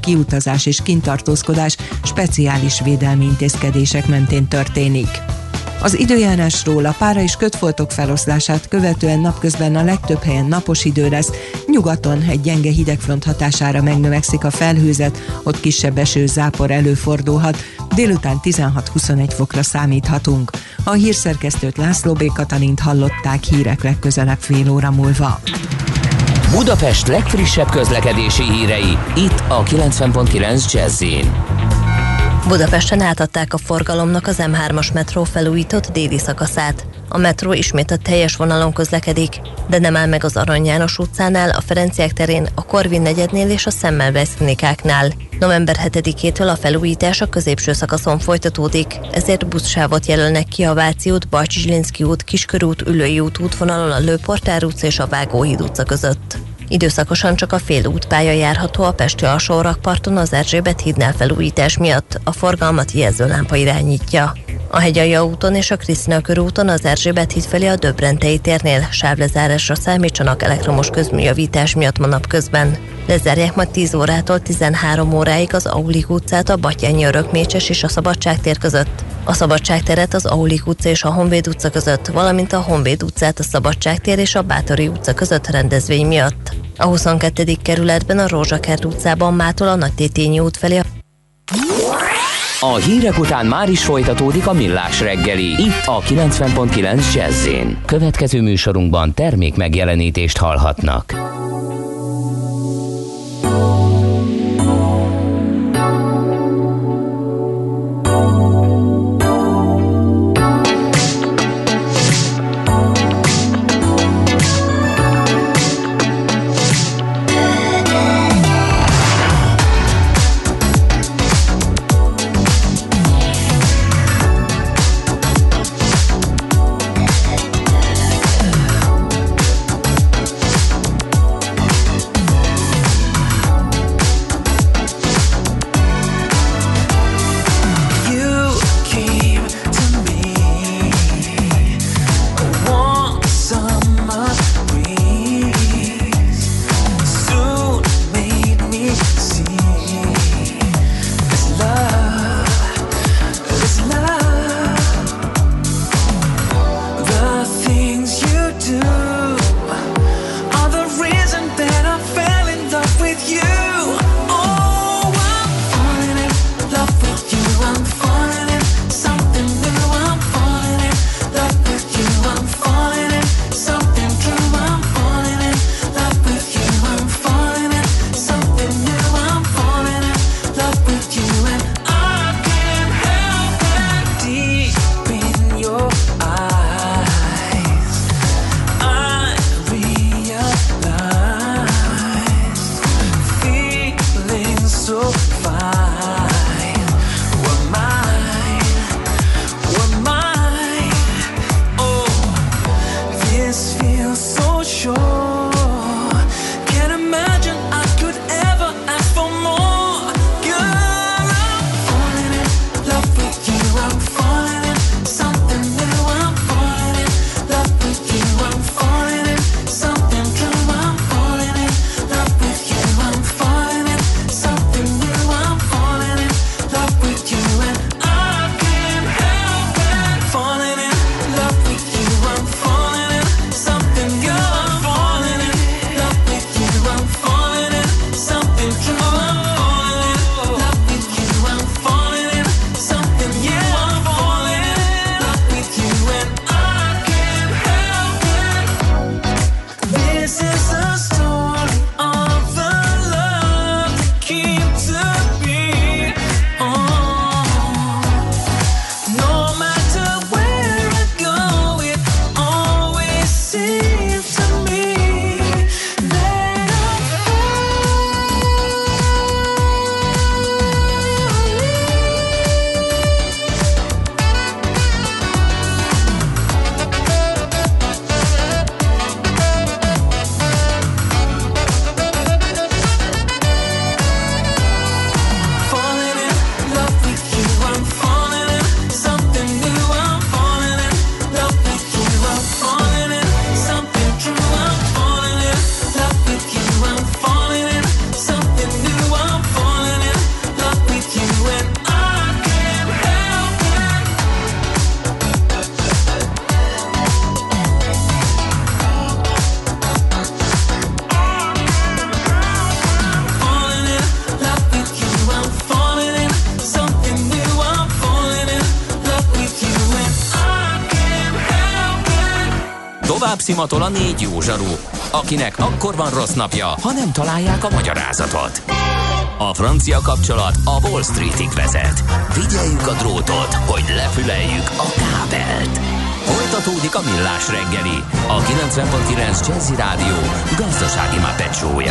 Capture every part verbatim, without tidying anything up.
kiutazás és kintartózkodás speciális védelmi intézkedések mentén történik. Az időjárásról: a pára és kötfoltok feloszlását követően napközben a legtöbb helyen napos idő lesz, nyugaton egy gyenge hidegfront hatására megnövekszik a felhőzet, ott kisebb eső, zápor előfordulhat, délután tizenhat-huszonegy fokra számíthatunk. A hírszerkesztőt, László B. Katalint hallották, hírek legközelebb fél óra múlva. Budapest legfrissebb közlekedési hírei, itt a kilencven pont kilenc Jazz-in. Budapesten átadták a forgalomnak az M hármas metró felújított déli szakaszát. A metró ismét a teljes vonalon közlekedik, de nem áll meg az Arany János utcánál, a Ferenciek terén, a Korvin negyednél és a Semmelweis klinikáknál. november hetedikétől a felújítás a középső szakaszon folytatódik, ezért buszsávot jelölnek ki a Váci út, Bajcsy-Zsilinszky út, Kiskörút, Üllői út útvonalon a Lőportár utca és a Vágóhíd utca között. Időszakosan csak a fél útpálya járható a pesti alsórakparton az Erzsébet hídnál felújítás miatt, a forgalmat jelzőlámpa irányítja. A Hegyalja úton és a Krisztina körúton az Erzsébet híd felé a Döbrentei térnél sávlezárásra számítsanak elektromos közműjavítás miatt ma napközben. Lezárják majd tíz órától tizenhárom óráig az Aulik utcát a Batthyány Örökmécses és a Szabadság tér között, a Szabadság teret az Aulik utca és a Honvéd utca között, valamint a Honvéd utcát a Szabadság tér és a Báthori utca között rendezvény miatt. A huszonkettedik kerületben a Rózsakert utcában mától a Nagytétényi út felé. A hírek után már is folytatódik a Millás reggeli, itt a kilencven pont kilenc Jazz-in. Következő műsorunkban termék megjelenítést hallhatnak. tovább szimatol a négy jó zsaru, akinek akkor van rossz napja, ha nem találják a magyarázatot. A francia kapcsolat a Wall Streetig vezet. Figyeljük a drótot, hogy lefüleljük a kábelt. Folytatódik a Millás reggeli, a kilencven pont kilenc Jazzy Rádió gazdasági mápecsója.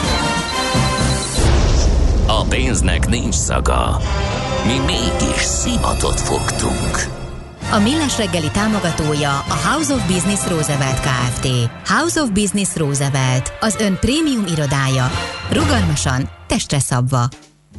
A pénznek nincs szaga. Mi mégis szimatot fogtunk. A Millás reggeli támogatója a House of Business Roosevelt Kft. House of Business Roosevelt, az ön prémium irodája. Rugalmasan, testre szabva.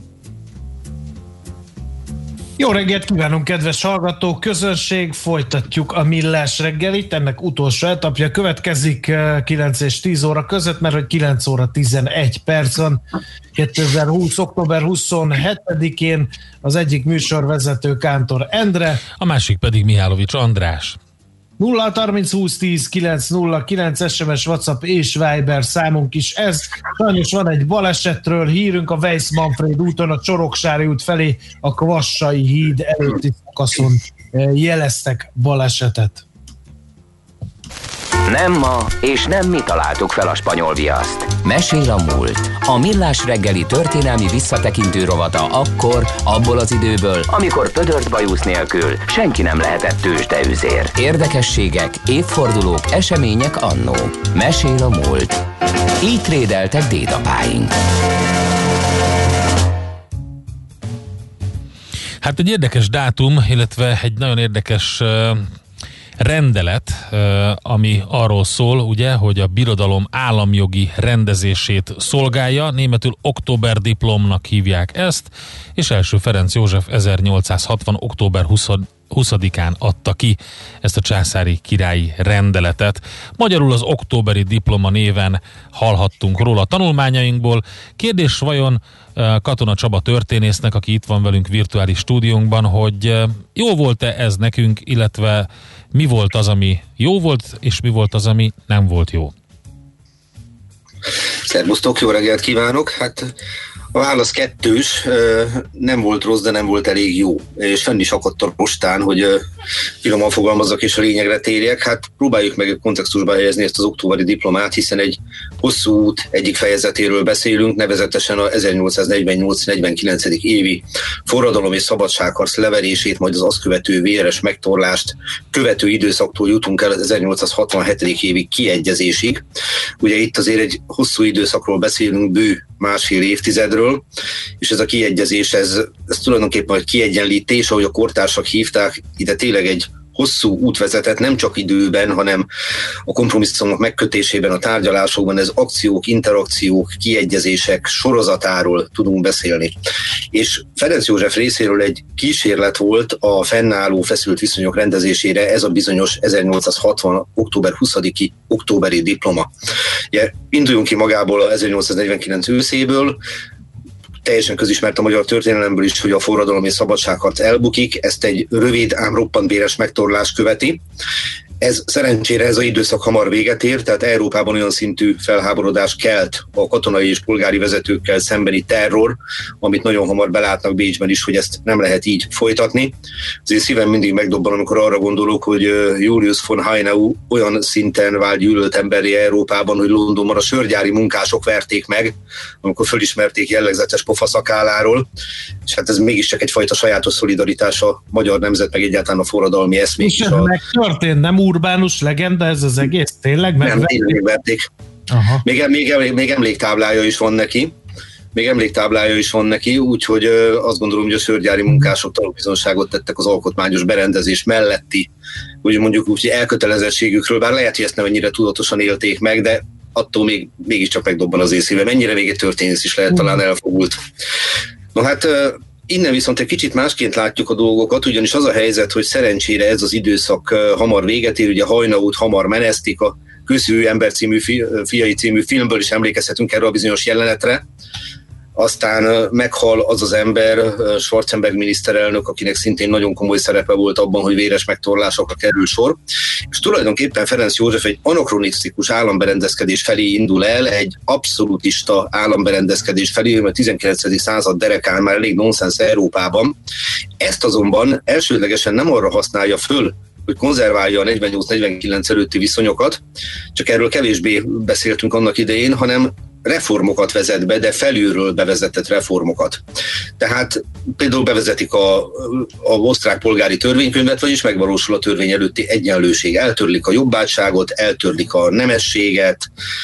Jó reggelt kívánunk, kedves hallgatók, közönség, folytatjuk a Millás reggelit, ennek utolsó etapja következik kilenc és tíz óra között, mert hogy kilenc óra tizenegy perc van, kétezer-húsz. október huszonhetedikén, az egyik műsorvezető Kántor Endre, a másik pedig Mihálovics András. nulla harminc húsz tíz kilenc nulla kilenc es em es, WhatsApp és Viber számunk is ez. Sajnos van egy balesetről hírünk a Weiss-Manfred úton, a Csoroksári út felé, a Kvassai híd előtti szakaszon jeleztek balesetet. Nem ma, és nem mi találtuk fel a spanyol viaszt. Mesél a múlt. A Millás reggeli történelmi visszatekintő rovata akkor, abból az időből, amikor pödört bajusz nélkül senki nem lehetett tőzsdeüzér. Érdekességek, évfordulók, események annó. Mesél a múlt. Így trédeltek dédapáink. Hát egy érdekes dátum, illetve egy nagyon érdekes uh, rendelet, ami arról szól, ugye, hogy a birodalom államjogi rendezését szolgálja, németül októberdiplomnak hívják ezt, és első Ferenc József ezernyolcszázhatvan. október huszadikán adta ki ezt a császári királyi rendeletet. Magyarul az októberi diploma néven hallhattunk róla a tanulmányainkból. Kérdés vajon Katona Csaba történésznek, aki itt van velünk virtuális stúdiónkban, hogy jó volt-e ez nekünk, illetve mi volt az, ami jó volt, és mi volt az, ami nem volt jó? Szervusztok, jó reggelt kívánok! Hát a válasz kettős, nem volt rossz, de nem volt elég jó. És fenn is akadt a rostán, hogy finoman fogalmazzak és a lényegre térjek. Hát próbáljuk meg kontextusba helyezni ezt az októberi diplomát, hiszen egy hosszú út egyik fejezetéről beszélünk, nevezetesen a ezernyolcszáznegyvennyolc negyvenkilencedik évi forradalom és szabadságharc leverését, majd az azt követő véres megtorlást követő időszaktól jutunk el az ezernyolcszázhatvanhetedik évi kiegyezésig. Ugye itt azért egy hosszú időszakról beszélünk, bő másfél évtizedről, és ez a kiegyezés, ez, ez tulajdonképpen egy kiegyenlítés, ahogy a kortársak hívták, ide tényleg egy hosszú út vezetett, nem csak időben, hanem a kompromisszumok megkötésében, a tárgyalásokban, ez akciók, interakciók, kiegyezések sorozatáról tudunk beszélni. És Ferenc József részéről egy kísérlet volt a fennálló feszült viszonyok rendezésére, ez a bizonyos ezernyolcszázhatvan. október huszadiki októberi diploma. Ugye, induljunk ki magából a ezernyolcszáznegyvenkilenc őszéből, teljesen közismert a magyar történelemből is, hogy a forradalom és szabadságharc elbukik, ezt egy rövid, ám roppant véres megtorlás követi. Ez szerencsére ez az időszak hamar véget ér, tehát Európában olyan szintű felháborodás kelt a katonai és polgári vezetőkkel szembeni terror, amit nagyon hamar belátnak Bécsben is, hogy ezt nem lehet így folytatni. Azért szívem mindig megdobban, amikor arra gondolok, hogy Julius von Haynau olyan szinten vált gyűlölt emberré Európában, hogy Londonban a sörgyári munkások verték meg, amikor fölismerték jellegzetes pofaszakáláról, és hát ez mégiscsak egyfajta sajátos szolidaritás a magyar nemzet, meg egyáltalán a forradalmi eszmék is. A... Megtörtént, nem urbánus legenda ez az egész? Tényleg? Nem, tényleg verték. Még, még, még emléktáblája is van neki. Még emléktáblája is van neki, úgyhogy azt gondolom, hogy a sörgyári munkások tanúbizonyságot tettek az alkotmányos berendezés melletti, hogy mondjuk úgy elkötelezettségükről, bár lehet, hogy ezt nem ennyire tudatosan élték meg, de attól még, mégiscsak megdobban az észébe. Mennyire még egy történész is lehet talán elfogult. No hát innen viszont egy kicsit másként látjuk a dolgokat, ugyanis az a helyzet, hogy szerencsére ez az időszak hamar véget ér, ugye Hajnaut hamar menesztik, a Közű ember című fi, fiai című filmből is emlékezhetünk erre a bizonyos jelenetre. Aztán meghal az az ember, Schwarzenberg miniszterelnök, akinek szintén nagyon komoly szerepe volt abban, hogy véres megtorlásokra kerül sor. És tulajdonképpen Ferenc József egy anakronisztikus államberendezkedés felé indul el, egy abszolutista államberendezkedés felé, mert a tizenkilencedik század derekán már elég nonsens Európában. Ezt azonban elsődlegesen nem arra használja föl hogy konzerválja a negyvennyolc-negyvenkilenc előtti viszonyokat, csak erről kevésbé beszéltünk annak idején, hanem reformokat vezet be, de felülről bevezetett reformokat. Tehát például bevezetik a, a osztrák polgári törvénykönyvet, vagyis megvalósul a törvény előtti egyenlőség. Eltörlik a jobbátságot, eltörlik a nemességet,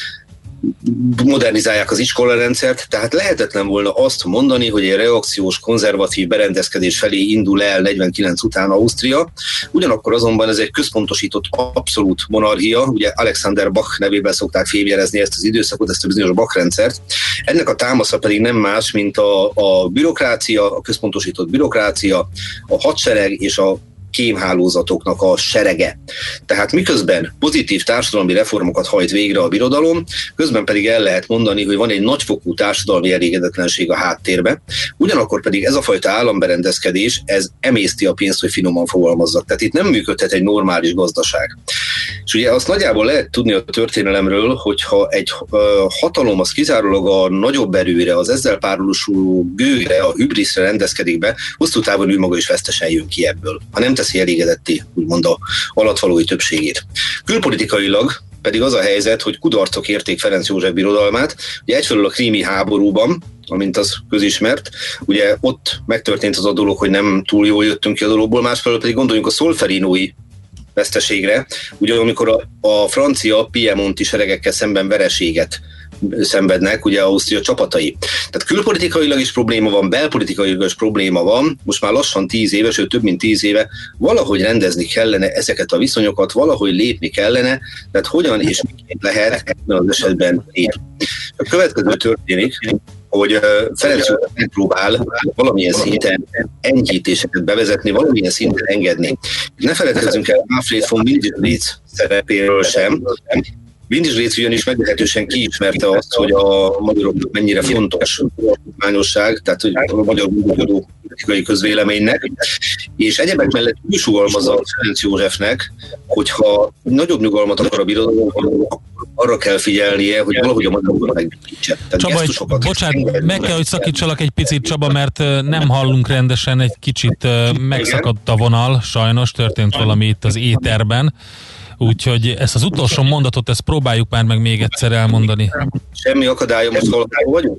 modernizálják az iskolarendszert, tehát lehetetlen volna azt mondani, hogy egy reakciós, konzervatív berendezkedés felé indul el negyvenkilenc után Ausztria. Ugyanakkor azonban ez egy központosított abszolút monarchia, ugye Alexander Bach nevében szokták fémjelezni ezt az időszakot, ezt a bizonyos Bach-rendszert. Ennek a támasza pedig nem más, mint a, a bürokrácia, a központosított bürokrácia, a hadsereg és a kémhálózatoknak a serege. Tehát miközben pozitív társadalmi reformokat hajt végre a birodalom, közben pedig el lehet mondani, hogy van egy nagyfokú társadalmi elégedetlenség a háttérbe, ugyanakkor pedig ez a fajta államberendezkedés, ez emészti a pénzt, hogy finoman fogalmazzak. Tehát itt nem működhet egy normális gazdaság. És ugye azt nagyjából lehet tudni a történelemről, hogyha egy hatalom az kizárólag a nagyobb erőre, az ezzel párosuló gőre, a hübriszre rendezkedik be, hosszú távon ő maga is vesztesen jön ki ebből, ha nem teszi elégedetté, úgymond a alattvalói többségét. Külpolitikailag pedig az a helyzet, hogy kudarcok érték Ferenc József birodalmát. Ugye egyfelől a krími háborúban, amint az közismert, ugye ott megtörtént az a dolog, hogy nem túl jól jöttünk ki a dologból, másfelől pedig gondoljunk a szolferinói veszteségre, ugye amikor a, a francia piemonti seregekkel szemben vereséget szenvednek, ugye Ausztria csapatai. Tehát külpolitikailag is probléma van, belpolitikailag is probléma van, most már lassan tíz éve, sőt több mint tíz éve, valahogy rendezni kellene ezeket a viszonyokat, valahogy lépni kellene, tehát hogyan és miként lehet ebben az esetben lépni. A következő történik, hogy Ferenc József megpróbál valamilyen szinten enyhítéseket bevezetni, valamilyen szinten engedni. Ne feledkezzünk el Alfred von Windischgrätz szerepéről sem. Windischgrätz ugyanis meglehetősen kiismerte azt, hogy a magyaroknak mennyire fontos alkotmányosság, tehát hogy a magyar gondolkodó politikai közvéleménynek, és egyebek mellett úgy sugalmazza Ferenc Józsefnek, hogyha nagyobb nyugalmat akar a birodalom, akkor arra kell figyelnie, hogy valahogy a magyarokat megbékítse. Csaba, egy, bocsánat, meg kell, hogy szakítsalak egy picit, Csaba, mert nem hallunk rendesen, egy kicsit megszakadt a vonal, sajnos történt valami itt az éterben. Úgyhogy ezt az utolsó mondatot, ezt próbáljuk már meg még egyszer elmondani. Semmi akadálya, most hallható vagyunk?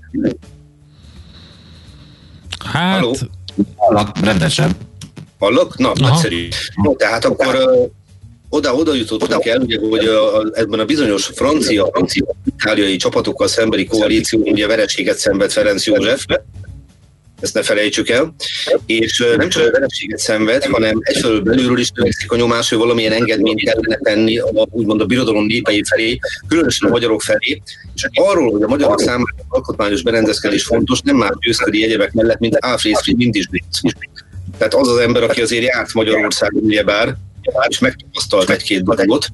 Hát... Halló? Hallak, rendesen. Hallok? Na, aha, nagyszerű. No, tehát akkor uh, oda, oda jutottunk el, ugye, hogy uh, ebben a bizonyos francia, francia-itáliai csapatokkal szembeni koalíció, ugye vereséget szenved Ferenc József, ezt ne felejtsük el, és nem csak a vereséget szenved, hanem egyfelől belülről is növekszik a nyomás, hogy valamilyen engedményt kellene tenni a, úgymond a birodalom népei felé, különösen a magyarok felé, és arról, hogy a magyarok számára alkotmányos berendezkedés fontos, nem már győzködi egyebek mellett, mint Alfred von Windischgrätz. Tehát az az ember, aki azért járt Magyarországon, ugyebár, és megtapasztalt egy-két dolgot,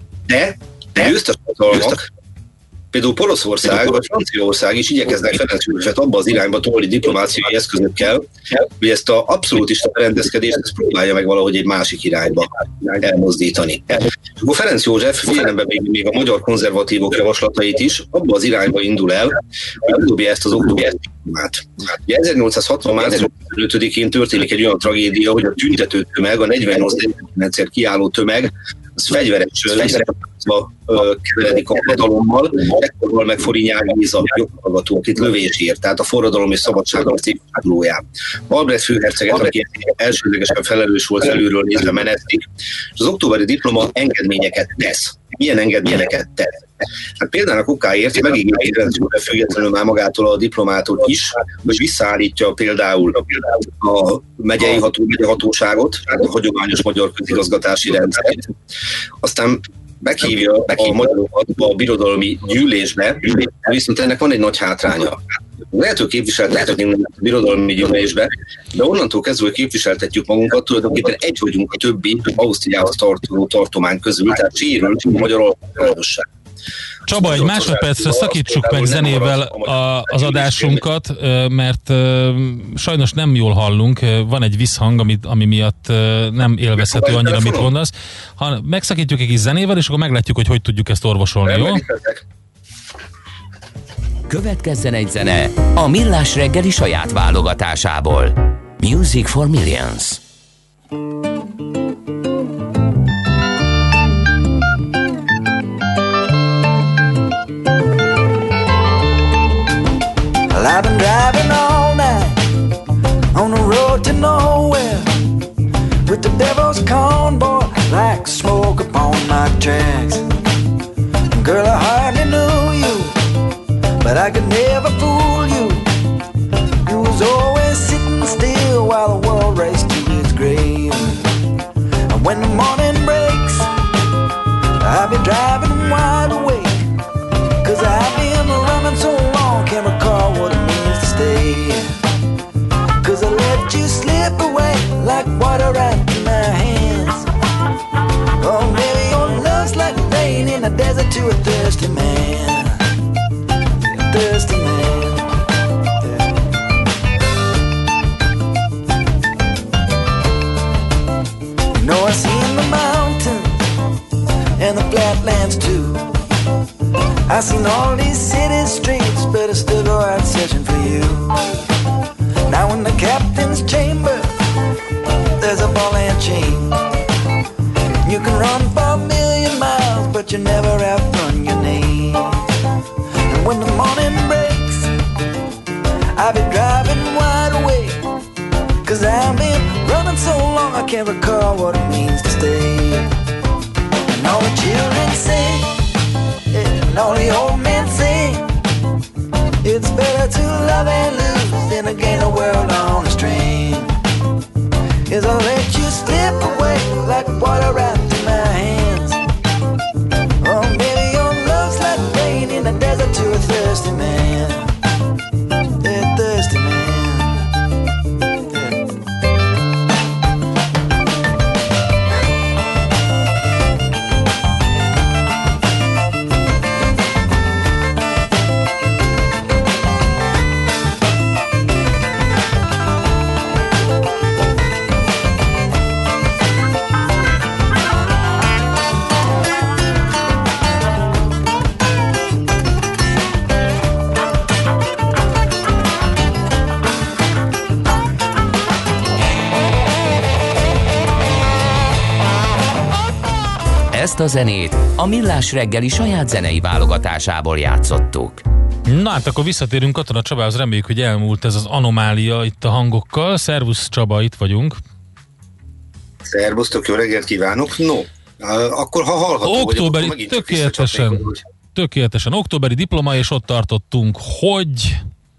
de győztes hatalmak, például Poroszország vagy Franciaország is igyekeznek Ferenc Józsefet abba az irányba tolni diplomáciai eszközökkel, hogy ezt a abszolútista berendezkedést ezt próbálja meg valahogy egy másik irányba elmozdítani. És akkor Ferenc József figyelembe még, még a magyar konzervatívok javaslatait is abba az irányba indul el, hogy dobja ezt az október diplomát. Ugye ezernyolcszázhatvan március ötödikén történik egy olyan tragédia, hogy a tüntető tömeg, a negyvennyolc-negyvenkilenc kiálló tömeg, az fegyveres összetartva keveredik a forradalommal, ekkor meg Forinyák Géza joghallgató, akit lövésért, tehát a forradalom és szabadságnak célfordulóján. Albrecht főherceget, aki elsődlegesen felelős volt, felülről nézve menesztik, és az októberi diploma engedményeket tesz. Milyen engedményeket tesz? Hát például a kokáért megígéri Ferenc József függetlenül már magától a diplomától is, hogy visszaállítja például a megyei ható, megyehatóságot, a hagyományos magyar közigazgatási rendszert. Aztán meghívja a magyarokat a birodalmi gyűlésbe, viszont ennek van egy nagy hátránya. Lehet, hogy képviseltetünk a birodalmi gyűlésbe, de onnantól kezdve, hogy képviseltetjük magunkat, tulajdonképpen egy vagyunk a többi Ausztriához tartozó tartomány közül, tehát sérül a magyar alkotmányosság. Csaba, egy másodpercre szakítsuk meg zenével a, az adásunkat, mert sajnos nem jól hallunk, van egy visszhang, ami, ami miatt nem élvezhető annyira, amit mondasz. Ha megszakítjuk egy kis zenével, és akkor meglátjuk, hogy hogy tudjuk ezt orvosolni, jó? Következzen egy zene a Millás reggeli saját válogatásából. Music for Millions. I've seen all these city streets, but I still go out searching for you. Now in the captain's chamber, there's a ball and chain. You can run for a million miles, but you never outrun your name. And when the morning breaks, I'll be driving wide awake, 'cause I've been running so long I can't recall what it means to stay. And all the children say, and all the old men say, it's better to love and lose than to gain the world on a string. Is I'll let you slip away like water right through my hands. Oh, maybe your love's like rain in the desert to a thirsty man. A thirsty man. Ezt a zenét a Millás reggeli saját zenei válogatásából játszottuk. Na hát akkor visszatérünk Katona Csabához, reméljük, hogy elmúlt ez az anomália itt a hangokkal. Szervusz Csaba, itt vagyunk. Szervusztok, jó reggelt kívánok. No, akkor ha hallható októberi, vagyok, tökéletesen, tökéletesen. Októberi diploma, és ott tartottunk, hogy...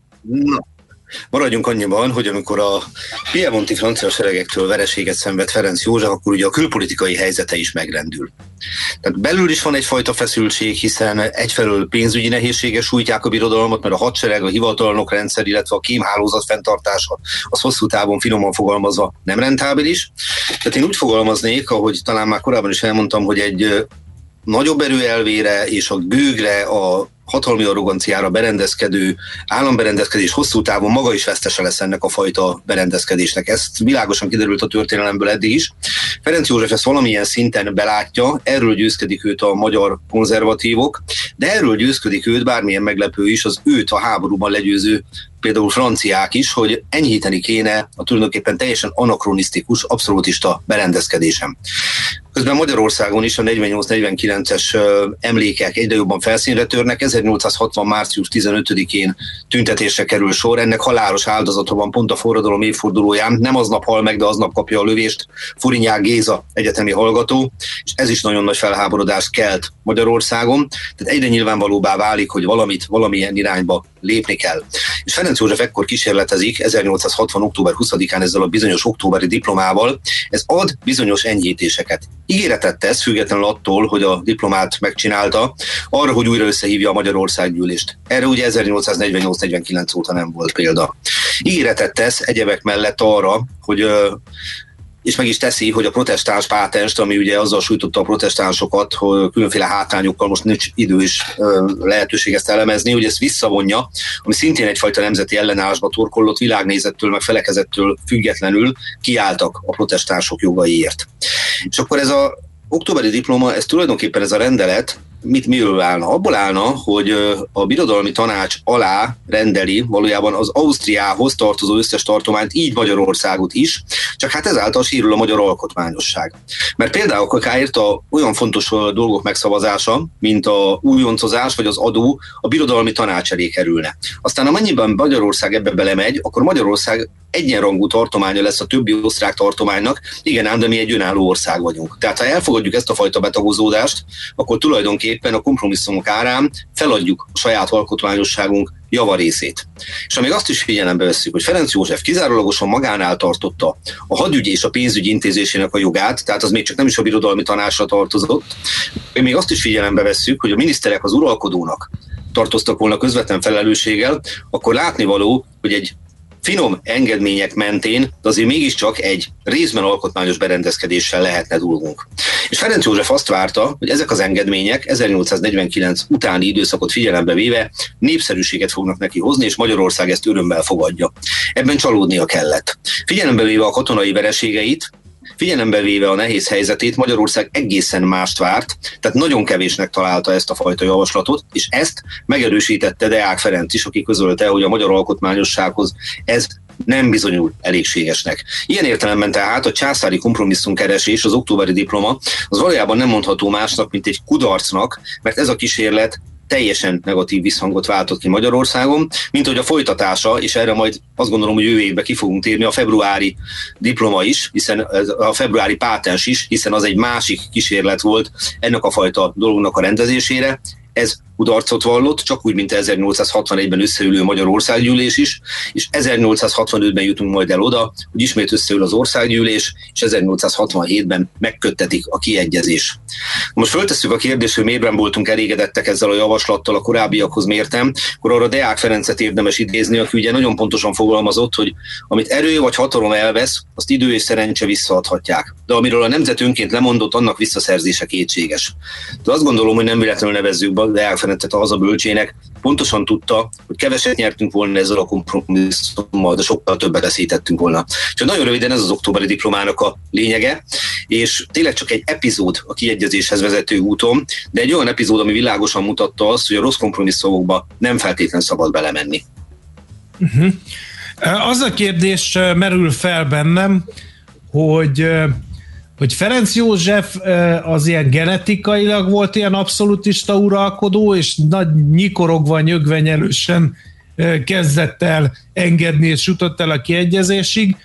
Na, maradjunk annyiban, hogy amikor a piemonti francia seregektől vereséget szenved Ferenc József, akkor ugye a külpolitikai helyzete is megrendül. Tehát belül is van egyfajta feszültség, hiszen egyfelől pénzügyi nehézségek sújtják a birodalmat, mert a hadsereg, a hivatalnok rendszer, illetve a kémhálózat fenntartása az hosszú távon finoman fogalmazva nem rentábilis. Tehát én úgy fogalmaznék, ahogy talán már korábban is elmondtam, hogy egy nagyobb erőelvére és a gőgre, a hatalmi arroganciára berendezkedő államberendezkedés hosszú távon maga is vesztese lesz ennek a fajta berendezkedésnek. Ezt világosan kiderült a történelemből eddig is. Ferenc József ezt valamilyen szinten belátja, erről győzkedik őt a magyar konzervatívok, de erről győzkedik őt, bármilyen meglepő is, az őt a háborúban legyőző például franciák is, hogy enyhíteni kéne a tulajdonképpen teljesen anakronisztikus, abszolútista berendezkedésem. Közben Magyarországon is a negyvennyolc negyvenkilences emlékek egyre jobban felszínre törnek. ezernyolcszázhatvan március tizenötödikén tüntetésre kerül sor. Ennek halálos áldozata van pont a forradalom évfordulóján. Nem aznap hal meg, de aznap kapja a lövést Furinyák Géza egyetemi hallgató, és ez is nagyon nagy felháborodást kelt Magyarországon. Tehát egyre nyilvánvalóbbá válik, hogy valamit valamilyen irányba lépni kell. És Ferenc József ekkor kísérletezik ezernyolcszázhatvan október huszadikán ezzel a bizonyos októberi diplomával. Ez ad bizonyos enyhítéseket. Ígéretet tesz, függetlenül attól, hogy a diplomát megcsinálta, arra, hogy újra összehívja a Magyarországgyűlést. Erre ugye ezernyolcszáznegyvennyolc negyvenkilenc óta nem volt példa. Ígéretet tesz egyebek mellett arra, hogy és meg is teszi, hogy a protestáns pátenst, ami ugye azzal sújtotta a protestánsokat, hogy különféle hátrányokkal, most nincs idő is lehetőség ezt elemezni, hogy ezt visszavonja, ami szintén egyfajta nemzeti ellenállásba torkollott, világnézettől, meg felekezettől függetlenül kiálltak a protestánsok jogaiért. És akkor ez a októberi diploma, ez tulajdonképpen ez a rendelet, mit miről állna? Abból állna, hogy a birodalmi tanács alá rendeli valójában az Ausztriához tartozó összes tartományt, így Magyarországot is, csak hát ezáltal sérül a magyar alkotmányosság. Mert például akár írta olyan fontos dolgok megszavazása, mint a újoncozás vagy az adó, a birodalmi tanács elé kerülne. Aztán amennyiben Magyarország ebbe belemegy, akkor Magyarország egyenrangú tartománya lesz a többi osztrák tartománynak, igen ám, de mi egy önálló ország vagyunk. Tehát ha elfogadjuk ezt a fajta betagozódást, akkor tulajdonképpen a kompromisszumok árán feladjuk a saját alkotmányosságunk javarészét. És amíg azt is figyelembe vesszük, hogy Ferenc József kizárólagosan magánál tartotta a hadügy és a pénzügy intézésének a jogát, tehát az még csak nem is a birodalmi tanácsra tartozott, még azt is figyelembe vesszük, hogy a miniszterek az uralkodónak tartoztak volna közvetlen felelősséggel, akkor látnivaló, hogy egy finom engedmények mentén, de azért mégiscsak egy részben alkotmányos berendezkedéssel lehetne dolgunk. És Ferenc József azt várta, hogy ezek az engedmények ezernyolcszáznegyvenkilenc utáni időszakot figyelembe véve népszerűséget fognak neki hozni, és Magyarország ezt örömmel fogadja. Ebben csalódnia kellett. Figyelembe véve a katonai vereségeit, figyelembe véve a nehéz helyzetét, Magyarország egészen mást várt, tehát nagyon kevésnek találta ezt a fajta javaslatot, és ezt megerősítette Deák Ferenc is, aki közölte, hogy a magyar alkotmányossághoz ez nem bizonyul elégségesnek. Ilyen értelemben tehát a császári kompromisszumkeresés, az októberi diploma, az valójában nem mondható másnak, mint egy kudarcnak, mert ez a kísérlet teljesen negatív visszhangot váltott ki Magyarországon, mint hogy a folytatása, és erre majd azt gondolom, hogy jövő évben ki fogunk térni, a februári diploma is, hiszen a februári pátens is, hiszen az egy másik kísérlet volt ennek a fajta dolognak a rendezésére. Ez kudarcot vallott, csak úgy, mint ezernyolcszázhatvanegyben összeülő Magyar Országgyűlés is, és ezernyolcszázhatvanötben jutunk majd el oda, hogy ismét összeül az országgyűlés, és ezernyolcszázhatvanhétben megköttetik a kiegyezés. Most föltesszük a kérdést, hogy miért nem voltunk elégedettek ezzel a javaslattal, a korábbiakhoz mértem, akkor arra Deák Ferencet érdemes idézni, aki ugye nagyon pontosan fogalmazott, hogy amit erő vagy hatalom elvesz, azt idő és szerencse visszaadhatják. De amiről a nemzet önként lemondott, annak visszaszerzése kétséges. De azt gondolom, hogy nem véletlenül nevezzük be Deák Ferencet a hazabölcsének, pontosan tudta, hogy keveset nyertünk volna ezzel a kompromisszummal, de sokkal többet veszítettünk volna. És nagyon röviden ez az októberi diplomának a lényege, és tényleg csak egy epizód a kiegyezéshez vezető úton, de egy olyan epizód, ami világosan mutatta azt, hogy a rossz kompromisszumokba nem feltétlen szabad belemenni. Uh-huh. Az a kérdés merül fel bennem, hogy hogy Ferenc József az ilyen genetikailag volt ilyen abszolutista uralkodó, és nagy nyikorogva, nyögvenyelősen kezdett el engedni, és jutott el a kiegyezésig,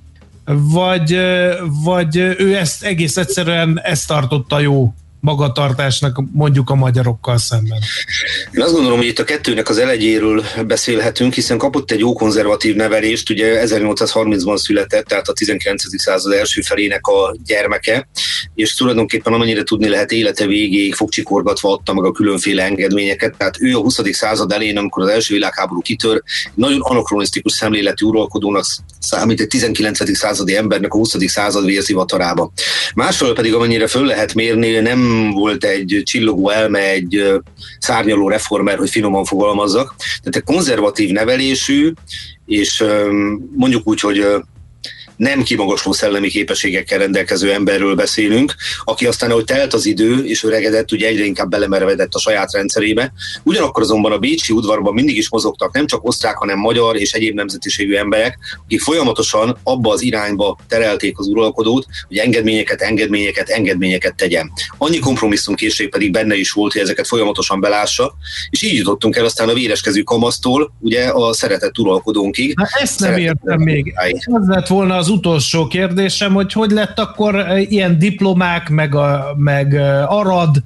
vagy, vagy ő ezt egész egyszerűen ezt tartotta jó magatartásnak mondjuk a magyarokkal szemben. Én azt gondolom, hogy itt a kettőnek az elegyéről beszélhetünk, hiszen kapott egy jó konzervatív nevelést, ugye ezernyolcszázharmincban született, tehát a tizenkilencedik század első felének a gyermeke, és tulajdonképpen amennyire tudni lehet, élete végéig fogcsikorgatva adta meg a különféle engedményeket, tehát ő a huszadik század elején, amikor az első világháború kitör, nagyon anakronisztikus szemléletű uralkodónak számít egy tizenkilencedik századi embernek a huszadik század vérzivatarába. Másfelől pedig amennyire föl lehet mérni, nem volt egy csillogó elme, egy szárnyaló reformer, hogy finoman fogalmazzak. Tehát egy konzervatív nevelésű, és mondjuk úgy, hogy nem kimagasló szellemi képességekkel rendelkező emberről beszélünk, aki aztán, ahogy telt az idő, és öregedett, ugye egyre inkább belemervedett a saját rendszerébe. Ugyanakkor azonban a bécsi udvarban mindig is mozogtak nem csak osztrák, hanem magyar és egyéb nemzetiségű emberek, akik folyamatosan abba az irányba terelték az uralkodót, hogy engedményeket, engedményeket, engedményeket tegyen. Annyi kompromisszumkészség pedig benne is volt, hogy ezeket folyamatosan belássa, és így jutottunk el aztán a véreskező kamasztól, ugye a szeretett uralkodónkig. Na, ezt nem értem még. Ez lett volna az utolsó kérdésem, hogy hogy lett akkor ilyen diplomák, meg, a, meg Arad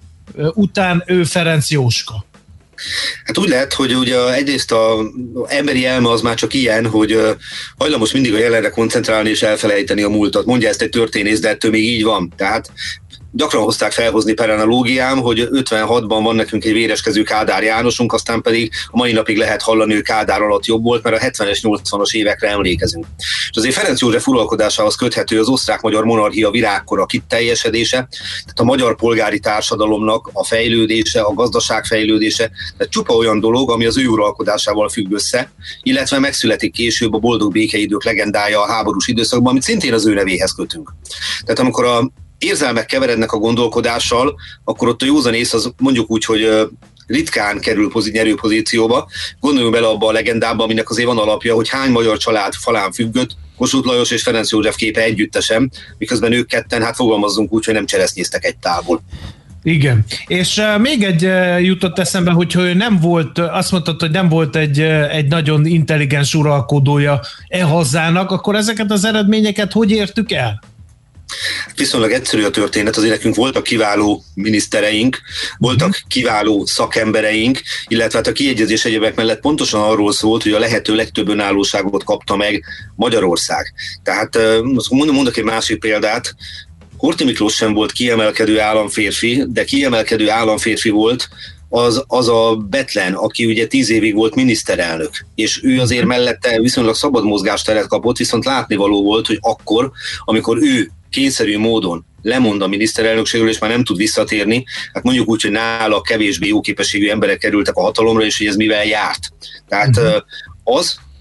után ő Ferenc Jóska? Hát úgy lehet, hogy ugye egyrészt az emberi elme az már csak ilyen, hogy hajlamos mindig a jelenre koncentrálni és elfelejteni a múltat. Mondja ezt egy történész, de ettől még így van. Tehát gyakran hozták felhozni per analógiám, hogy ötvenhatban van nekünk egy véreskező Kádár Jánosunk, aztán pedig a mai napig lehet hallani, hogy Kádár alatt jobb volt, mert a hetvenes, nyolcvanas évekre emlékezünk. És azért Ferenc József uralkodásához köthető az osztrák-magyar monarchia virágkora kiteljesedése, tehát a magyar polgári társadalomnak a fejlődése, a gazdaság fejlődése, tehát csupa olyan dolog, ami az ő uralkodásával függ össze, illetve megszületik később a boldog békeidők legendája a háborús időszakban, amit szintén az ő nevéhez kötünk. Tehát amikor a érzelmek keverednek a gondolkodással, akkor ott a józanész az mondjuk úgy, hogy ritkán kerül nyerő pozícióba. Gondoljunk bele abba a legendába, aminek azért van alapja, hogy hány magyar család falán függött, Kossuth Lajos és Ferenc József képe együttesen, miközben ők ketten, hát fogalmazzunk úgy, hogy nem cseresznyéztek egy tálból. Igen. És uh, még egy uh, jutott eszembe, hogyha ő nem volt, azt mondtad, hogy nem volt egy, uh, egy nagyon intelligens uralkodója e hazának, akkor ezeket az eredményeket hogy értük el? Viszonylag egyszerű a történet, azért nekünk voltak kiváló minisztereink, voltak kiváló szakembereink, illetve hát a kiegyezés egyebek mellett pontosan arról szólt, hogy a lehető legtöbb önállóságot kapta meg Magyarország. Tehát mondom, mondok egy másik példát, Horthy Miklós sem volt kiemelkedő államférfi, de kiemelkedő államférfi volt az, az a Bethlen, aki ugye tíz évig volt miniszterelnök, és ő azért mellette viszonylag szabad mozgásteret kapott, viszont látnivaló volt, hogy akkor, amikor ő kényszerű módon lemond a miniszterelnökségről, és már nem tud visszatérni, hát mondjuk úgy, hogy nála kevésbé jó képességű emberek kerültek a hatalomra, és hogy ez mivel járt. Tehát az,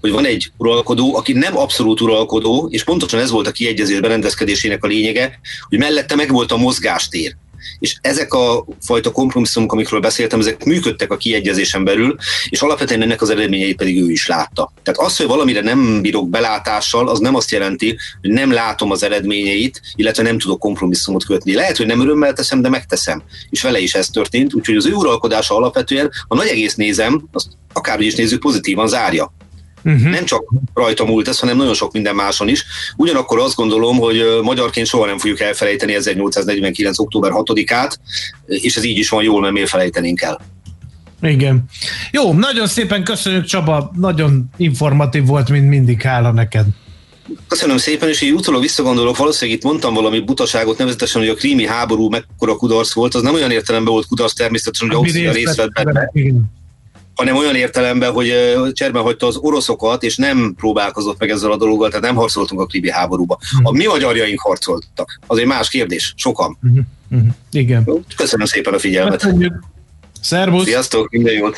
hogy van egy uralkodó, aki nem abszolút uralkodó, és pontosan ez volt a kiegyezés berendezkedésének a lényege, hogy mellette meg volt a mozgástér. És ezek a fajta kompromisszumok, amikről beszéltem, ezek működtek a kiegyezésen belül, és alapvetően ennek az eredményeit pedig ő is látta. Tehát az, hogy valamire nem bírok belátással, az nem azt jelenti, hogy nem látom az eredményeit, illetve nem tudok kompromisszumot kötni. Lehet, hogy nem örömmel teszem, de megteszem. És vele is ez történt, úgyhogy az ő uralkodása alapvetően a nagy egész nézem, azt akárhogy is nézzük, pozitívan zárja. Uh-huh. Nem csak rajta múlt ez, hanem nagyon sok minden máson is. Ugyanakkor azt gondolom, hogy magyarként soha nem fogjuk elfelejteni ezernyolcszáznegyvenkilenc. október hatodikát, és ez így is van jól, mert miért felejtenénk el. Igen. Jó, nagyon szépen köszönjük, Csaba, nagyon informatív volt, mint mindig, hála neked. Köszönöm szépen, és így utólag visszagondolok, valószínűleg itt mondtam valami butaságot, nevezetesen, hogy a krími háború mekkora kudarc volt, az nem olyan értelemben volt kudarc természetesen, hogy Ausztria részt vett benne, hanem olyan értelemben, hogy cserben hagyta az oroszokat, és nem próbálkozott meg ezzel a dologgal, tehát nem harcoltunk a krími háborúba. A mi magyarjaink harcoltak. Az egy más kérdés, sokan. Uh-huh. Uh-huh. Igen. Köszönöm szépen a figyelmet. Köszönjük. Szervusz. Sziasztok, minden jót.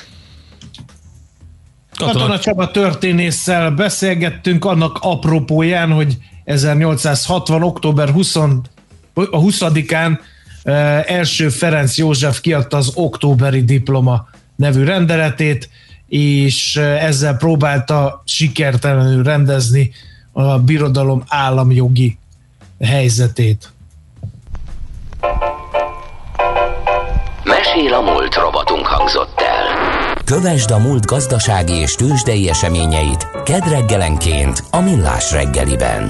Katona Csaba történésszel beszélgettünk annak apropóján, hogy ezernyolcszázhatvan. október huszadikán eh, első Ferenc József kiadta az októberi diploma nevű rendeletét, és ezzel próbálta sikertelenül rendezni a birodalom államjogi helyzetét. Mesél a múlt robotunk hangzott el. Kövesd a múlt gazdasági és tőzsdei eseményeit kedd reggelenként a Millás reggeliben.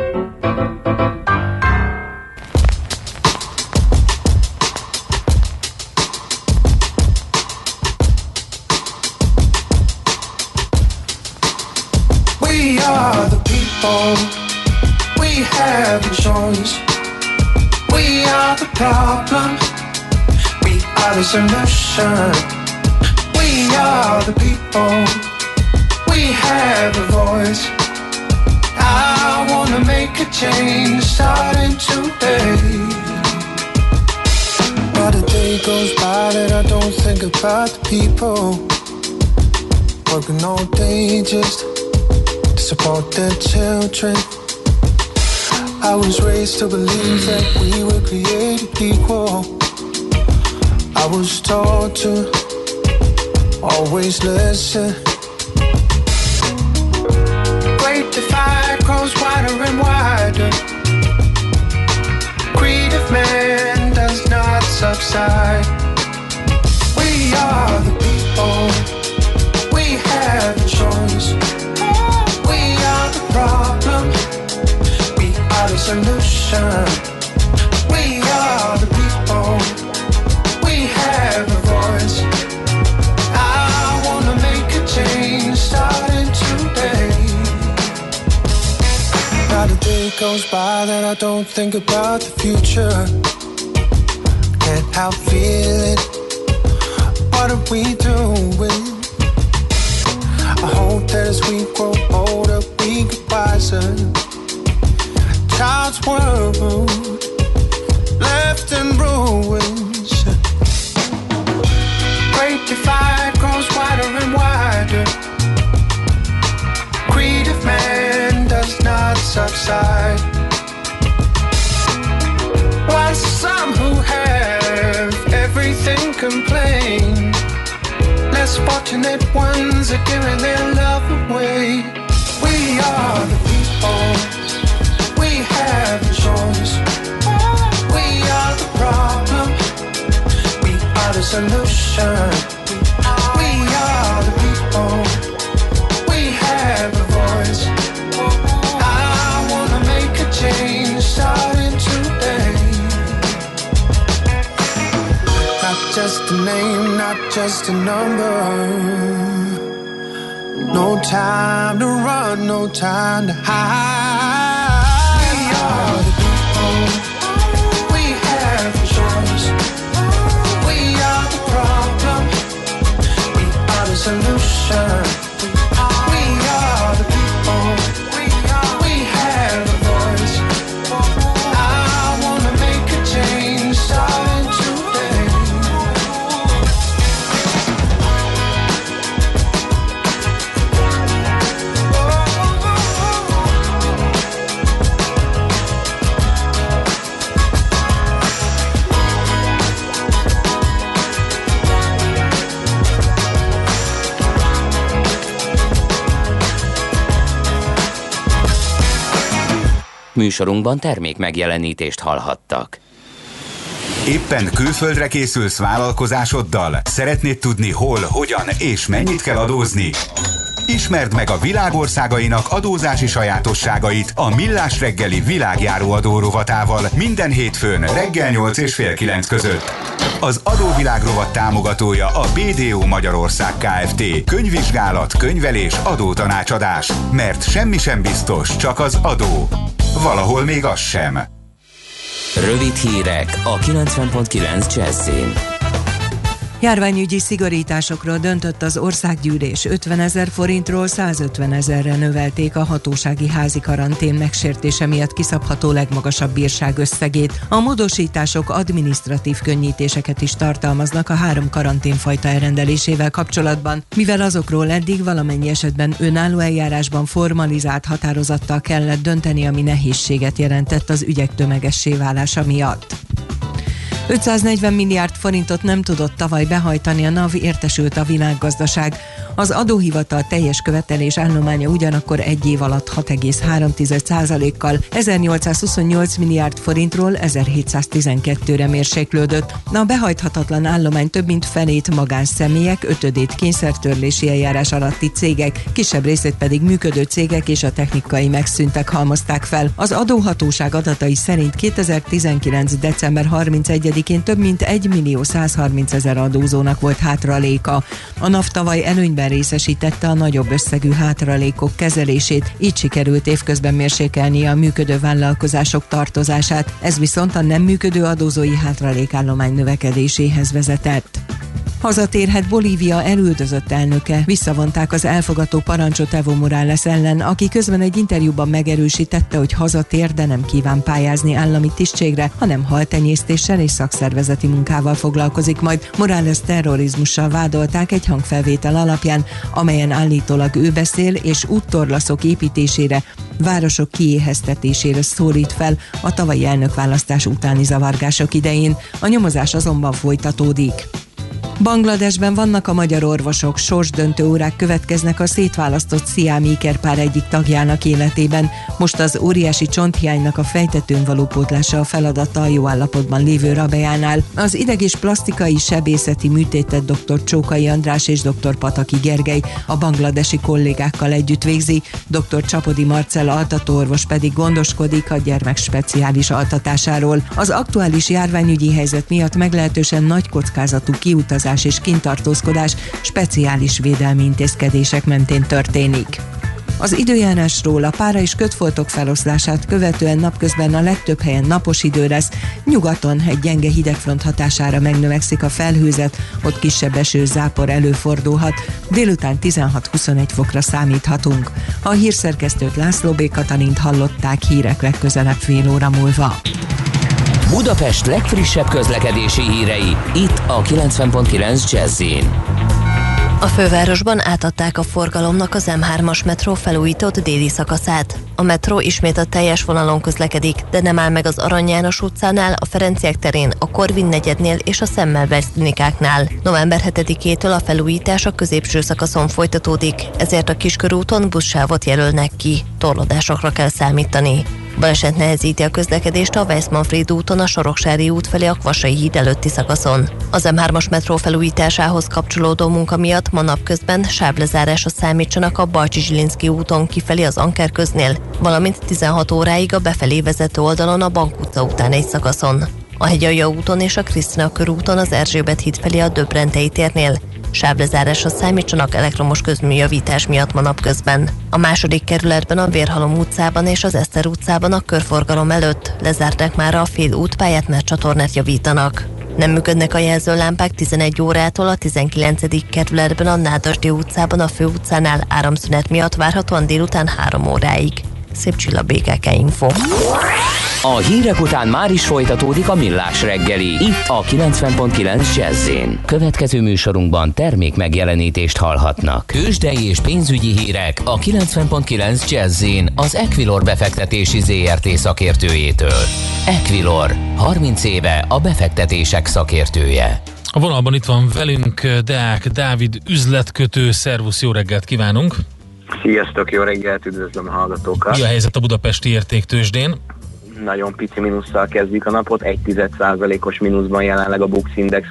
We are the people, we have a choice. We are the problem, we are the solution. We are the people, we have a voice. I wanna make a change starting today. Not a day goes by that I don't think about the people working all day just support their children. I was raised to believe that we were created equal. I was taught to always listen. Great divide grows wider and wider. Greed of man does not subside. We are the people, we have a choice. Problem, we are the solution. We are the people, we have a voice. I wanna make a change starting today. Not a day goes by that I don't think about the future. Can't help feeling, what are we doing? I hope that as we grow older, we get wiser. Child's world left in ruins. Great divide grows wider and wider. Greed of man does not subside. While some who have everything complain, less fortunate ones are giving their love away. We are the people, we have a choice. We are the problem, we are the solution. We are the people, we have a voice. I wanna make a change starting today. Not just a name, not just a number. No time to run, no time to hide. We are the people, we have a choice. We are the problem, we are the solution. We are the people, we have a voice. I wanna make a change starting today. Műsorunkban termék megjelenítést hallhattak. Éppen külföldre készülsz vállalkozásoddal? Szeretnéd tudni hol, hogyan és mennyit kell adózni? Ismerd meg a világ országainak adózási sajátosságait a Millás reggeli világjáró adó rovatával minden hétfőn reggel nyolc és fél kilenc között. Az adóvilág rovat támogatója a bé dé o Magyarország Kft. Könyvvizsgálat, könyvelés, adótanácsadás. Mert semmi sem biztos, csak az adó. Valahol még az sem. Rövid hírek a kilencven pont kilenc Jazzin. Járványügyi szigorításokról döntött az országgyűlés. ötvenezer forintról százötvenezerre növelték a hatósági házi karantén megsértése miatt kiszabható legmagasabb bírság összegét. A módosítások adminisztratív könnyítéseket is tartalmaznak a három karanténfajta elrendelésével kapcsolatban, mivel azokról eddig valamennyi esetben önálló eljárásban formalizált határozattal kellett dönteni, ami nehézséget jelentett az ügyek tömegessé válása miatt. ötszáznegyven milliárd forintot nem tudott tavaly behajtani a NAV, értesült a világgazdaság. Az adóhivatal teljes követelés állománya ugyanakkor egy év alatt hat egész három százalékkal ezernyolcszázhuszonnyolc milliárd forintról ezerhétszáztizenkettőre mérséklődött. A behajthatatlan állomány több mint felét magánszemélyek, ötödét kényszertörlési eljárás alatti cégek, kisebb részét pedig működő cégek és a technikai megszűntek halmozták fel. Az adóhatóság adatai szerint kétezer-tizenkilenc. december harmincegyedikén több mint egymillió százharmincezer adózónak volt hátraléka. A NAV tavaly előnyben részesítette a nagyobb összegű hátralékok kezelését, így sikerült évközben mérsékelni a működő vállalkozások tartozását, ez viszont a nem működő adózói hátralékállomány növekedéséhez vezetett. Hazatérhet Bolívia elüldözött elnöke. Visszavonták az elfogató parancsot Evo Morales ellen, aki közben egy interjúban megerősítette, hogy hazatér, de nem kíván pályázni állami tisztségre, hanem haltenyésztéssel és szakszervezeti munkával foglalkozik majd. Morales terrorizmussal vádolták egy hangfelvétel alapján, amelyen állítólag ő beszél és úttorlaszok építésére, városok kiéheztetésére szólít fel a tavalyi elnökválasztás utáni zavargások idején. A nyomozás azonban folytatódik. Bangladesben vannak a magyar orvosok, sorsdöntő órák következnek a szétválasztott sziámi ikerpár egyik tagjának életében. Most az óriási csonthiánynak a fejtetőn való pótlása a feladata a jó állapotban lévő Rabejánál. Az ideg- és plastikai sebészeti műtétet dr. Csókai András és dr. Pataki Gergely a bangladesi kollégákkal együtt végzi, dr. Csapodi Marcella altatóorvos pedig gondoskodik a gyermek speciális altatásáról. Az aktuális járványügyi helyzet miatt meglehetősen nagy kockázatú kiutazás és kintartózkodás speciális védelmi intézkedések mentén történik. Az időjárásról: a pára és kötfoltok feloszlását követően napközben a legtöbb helyen napos idő lesz, nyugaton egy gyenge hidegfront hatására megnövekszik a felhőzet, ott kisebb eső, zápor előfordulhat, délután tizenhat-huszonegy fokra számíthatunk. A hírszerkesztőt, László B. Katalint hallották, hírek legközelebb fél óra múlva. Budapest legfrissebb közlekedési hírei, itt a kilencven pont kilenc Jazzin. A fővárosban átadták a forgalomnak az em hármas metró felújított déli szakaszát. A metró ismét a teljes vonalon közlekedik, de nem áll meg az Arany János utcánál, a Ferenciek terén, a Korvin negyednél és a Szemmelweis klinikáknál. november hetedikétől a felújítás a középső szakaszon folytatódik, ezért a Kiskörúton buszsávot jelölnek ki. Torlódásokra kell számítani. Baleset nehezíti a közlekedést a Weiss-Manfréd úton a Soroksári út felé a Kvassai híd előtti szakaszon. Az em hármas metró felújításához kapcsolódó munka miatt ma napközben sávlezárásra számítsanak a Balcsi-Zsilinszky úton kifelé az Ankerköznél, valamint tizenhat óráig a befelé vezető oldalon a Bank utca után egy szakaszon. A Hegyalja úton és a Krisztina körúton az Erzsébet híd felé a Döbrentei térnél sávlezárásra számítsanak elektromos közműjavítás miatt ma napközben. A második kerületben a Vérhalom utcában és az Eszter utcában a körforgalom előtt lezárták már a fél útpályát, mert csatornát javítanak. Nem működnek a jelzőlámpák tizenegy órától a tizenkilencedik kerületben a Nádasdy utcában a főutcánál áramszünet miatt várhatóan délután három óráig. Szép Csilla, bé ká ká Info. A hírek után már is folytatódik a Millás reggeli, itt a kilencven pont kilenc Jazzin. Következő műsorunkban termék megjelenítést hallhatnak. Tőzsdei és pénzügyi hírek a kilencven pont kilenc Jazzin az Equilor befektetési zé er té szakértőjétől. Equilor, harminc éve a befektetések szakértője. A vonalban itt van velünk Deák Dávid üzletkötő. Szervusz, jó reggelt kívánunk! Sziasztok, jó reggelt, üdvözlöm a hallgatókat. Mi a helyzet a budapesti értéktőzsdén? Nagyon pici mínusszal kezdjük a napot, egy tized százalékos mínuszban jelenleg a Bux Index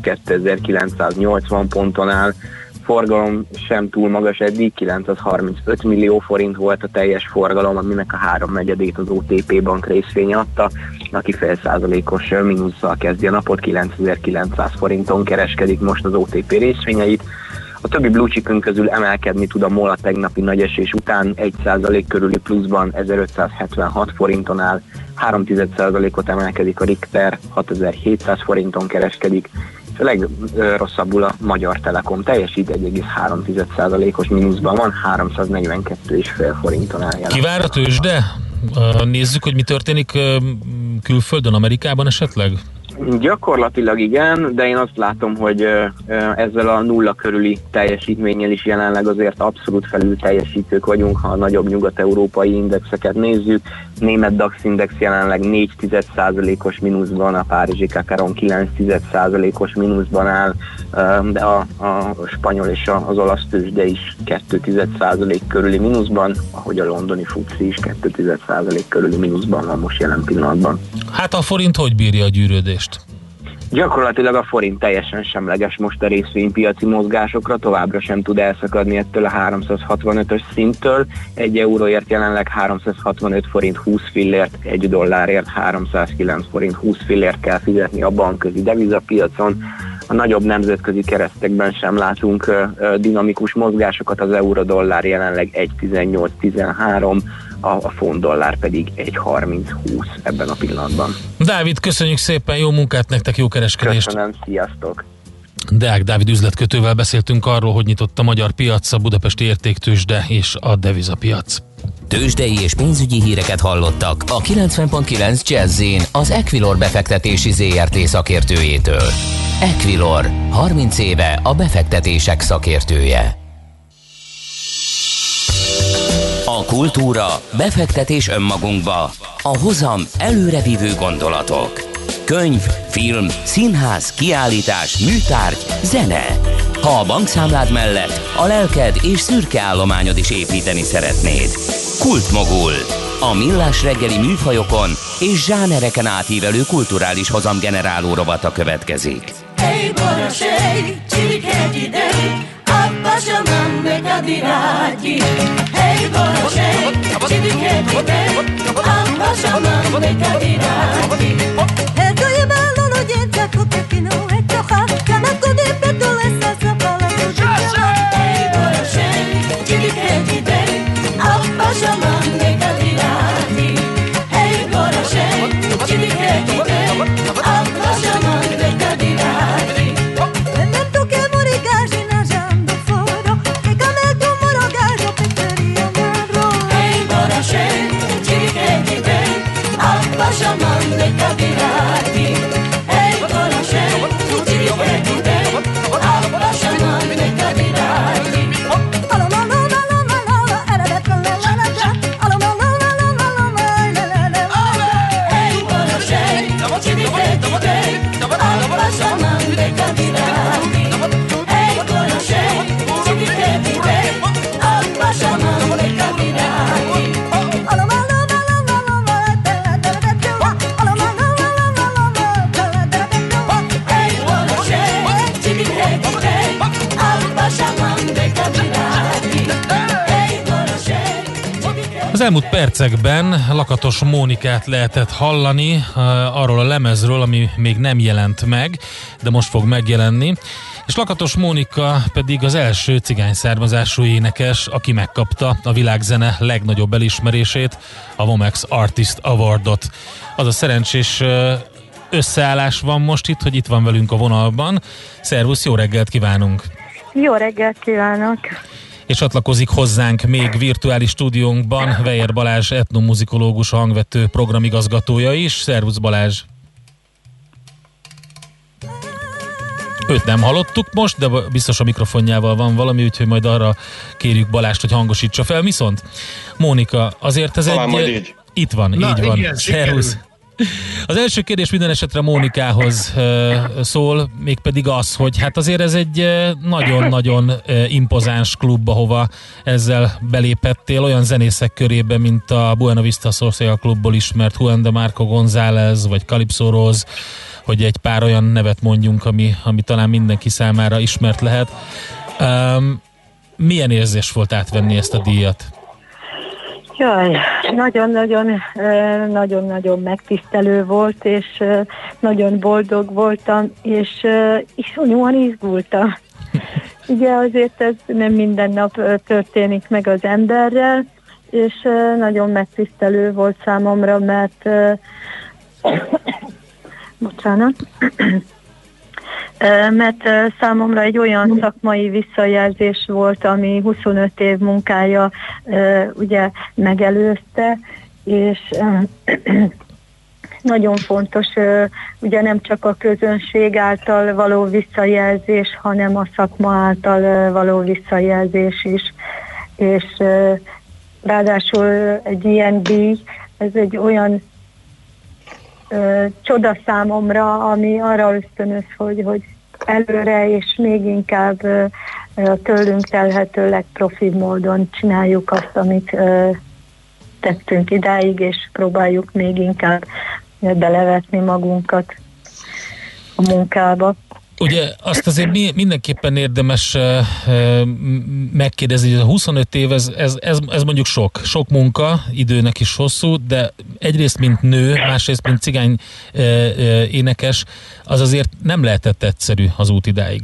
harminckétezer-kilencszáznyolcvan ponton áll. Forgalom sem túl magas eddig, kilencszázharmincöt millió forint volt a teljes forgalom, aminek a háromnegyedét az o té pé bank részvénye adta, aki fél százalékos mínusszal kezdi a napot, kilencezer-kilencszáz forinton kereskedik most az o té pé részvényeit. A többi blue chipünk közül emelkedni tud a MOL a tegnapi nagy esés után, egy százalék körüli pluszban ezerötszázhetvenhat forinton áll, három tized százalékot emelkedik a Richter, hatezer-hétszáz forinton kereskedik, és a legrosszabbul a Magyar Telekom teljesít, egy egész három tized százalékos mínuszban van, háromszáznegyvenkettő egész öt forinton áll jelen. Kivár a tőzsde? Nézzük, hogy mi történik külföldön, Amerikában esetleg? Gyakorlatilag igen, de én azt látom, hogy ezzel a nulla körüli teljesítménnyel is jelenleg azért abszolút felül teljesítők vagyunk, ha a nagyobb nyugat-európai indexeket nézzük. Német DAX index jelenleg négy tized százalékos mínuszban, a párizsi Kakaron kilenc tized százalékos mínuszban áll, de a, a spanyol és az olasz tőzsde is kettő tized százalék körüli mínuszban, ahogy a londoni futszi is kettő tized százalék körüli mínuszban van most jelen pillanatban. Hát a forint hogy bírja a gyűrődést? Gyakorlatilag a forint teljesen semleges most a részvénypiaci mozgásokra, továbbra sem tud elszakadni ettől a háromszázhatvanötös szinttől. Egy euróért jelenleg háromszázhatvanöt forint húsz fillért, egy dollárért háromszázkilenc forint húsz fillért kell fizetni a bankközi devizapiacon. A nagyobb nemzetközi keresztekben sem látunk uh, dinamikus mozgásokat, az euró-dollár jelenleg egy tizennyolc tizenhárom, a, a font-dollár pedig egy harminc húsz ebben a pillanatban. Dávid, köszönjük szépen, jó munkát nektek, jó kereskedést! Köszönöm, sziasztok! Deák Dávid üzletkötővel beszéltünk arról, hogy nyitott a magyar piac, a budapesti értéktőzsde és a devizapiac. Tőzsdei és pénzügyi híreket hallottak a kilencven pont kilenc Jazz-in az Equilor befektetési zé er té szakértőjétől. Equilor, harminc éve a befektetések szakértője. A kultúra, befektetés önmagunkba, a hozam előrevívő gondolatok. Könyv, film, színház, kiállítás, műtárgy, zene. Ha a bankszámlád mellett a lelked és szürke állományod is építeni szeretnéd. Kultmogul. A millás reggeli műfajokon és zsánereken átívelő kulturális hozamgeneráló rovata következik. Hey, borosej, csirikegyi dej, abba samam bekadirátyi. Hey, borosej, csirikegyi dej, abba samam bekadirátyi. Erdője bálon, hogy én csak a kekinó egy csoha, nem akkor éppen túl lesz az a palakó zsicsa. Hey, borosej, csirikegyi dej, abba samam bekadirátyi. Hey, borosej, csirikegyi dej, abba samam bekadirátyi. Shaman de Kadirati, hey Boroshe, Chiri Kekide, Abba Shaman de Kadirati. Alo la la la la la la, eredet la la la la, alo la la la la la la la la la la. Hey Boroshe, Chiri Kekide, Abba Shaman de Kadirati. Hey Boroshe, Chiri Kekide, Abba Shaman de Kadirati. Az elmúlt percekben Lakatos Mónikát lehetett hallani arról a lemezről, ami még nem jelent meg, de most fog megjelenni. És Lakatos Mónika pedig az első cigány származású énekes, aki megkapta a világzene legnagyobb elismerését, a Womex Artist Awardot. Az a szerencsés összeállás van most itt, hogy itt van velünk a vonalban. Szervusz, jó reggelt kívánunk! Jó reggelt kívánok! És csatlakozik hozzánk még virtuális stúdiónkban Weyer Balázs, etnomuzikológus, hangvető programigazgatója is. Szervusz Balázs! Őt nem hallottuk most, de biztos a mikrofonjával van valami, úgyhogy majd arra kérjük Balást, hogy hangosítsa fel. Viszont Mónika, azért ez talán egy... Majd így. Itt van, Na, így van. Igen, Szervusz! Az első kérdés minden esetre Mónikához szól, mégpedig az, hogy hát azért ez egy nagyon-nagyon impozáns klub, ahova ezzel belépettél, olyan zenészek körébe, mint a Buena Vista Social Clubból ismert Juan de Marco González, vagy Calypso Rose, hogy egy pár olyan nevet mondjunk, ami, ami talán mindenki számára ismert lehet. Um, milyen érzés volt átvenni ezt a díjat? Jaj, nagyon-nagyon, nagyon-nagyon megtisztelő volt, és nagyon boldog voltam, és iszonyúan izgultam. Ugye azért ez nem minden nap történik meg az emberrel, és nagyon megtisztelő volt számomra, mert bocsánat, mert számomra egy olyan szakmai visszajelzés volt, ami huszonöt év munkája ugye megelőzte, és nagyon fontos ugye nem csak a közönség által való visszajelzés, hanem a szakma által való visszajelzés is, és ráadásul egy ilyen díj, ez egy olyan Ö, csoda számomra, ami arra ösztönöz, hogy, hogy előre és még inkább ö, tőlünk telhető legprofibb módon csináljuk azt, amit ö, tettünk idáig, és próbáljuk még inkább belevetni magunkat a munkába. Ugye azt azért mindenképpen érdemes uh, megkérdezni, hogy a huszonöt év, ez, ez, ez, ez mondjuk sok, sok munka, időnek is hosszú, de egyrészt mint nő, másrészt mint cigány uh, uh, énekes, az azért nem lehetett egyszerű az út idáig.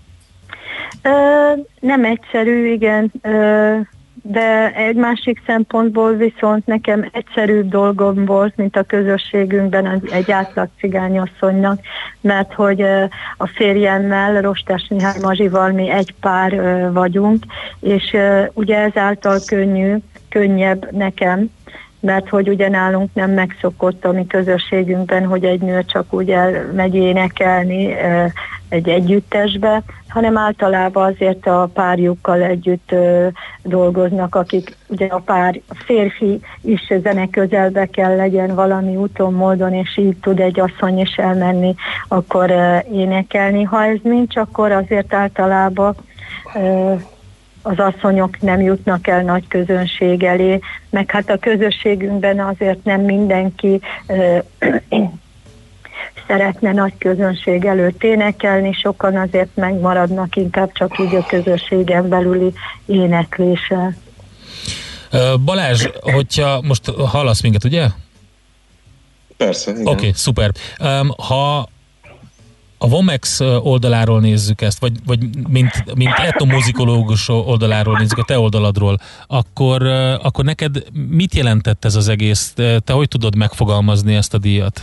Uh, nem egyszerű, igen, uh, de egy másik szempontból viszont nekem egyszerűbb dolgom volt, mint a közösségünkben egy átlag cigányasszonynak, mert hogy a férjemmel, Rostás Mihály Mazsival mi egy pár vagyunk, és ugye ezáltal könnyű, könnyebb nekem, mert hogy ugye nálunk nem megszokott a mi közösségünkben, hogy egy nő csak úgy elmegy énekelni egy együttesbe, hanem általában azért a párjukkal együtt dolgoznak, akik ugye a pár a férfi is zene közelbe kell legyen valami úton, módon, és így tud egy asszony is elmenni, akkor énekelni. Ha ez nincs, akkor azért általában az asszonyok nem jutnak el nagy közönség elé, meg hát a közösségünkben azért nem mindenki ö, szeretne nagy közönség előtt énekelni, sokan azért megmaradnak inkább csak így a közösségen belüli énekléssel. Balázs, hogyha most hallasz minket, ugye? Persze, igen. Oké, okay, szuper. Ha a Vomex oldaláról nézzük ezt, vagy, vagy mint, mint etnomuzikológus oldaláról nézzük, a te oldaladról, akkor, akkor neked mit jelentett ez az egész? Te hogy tudod megfogalmazni ezt a díjat?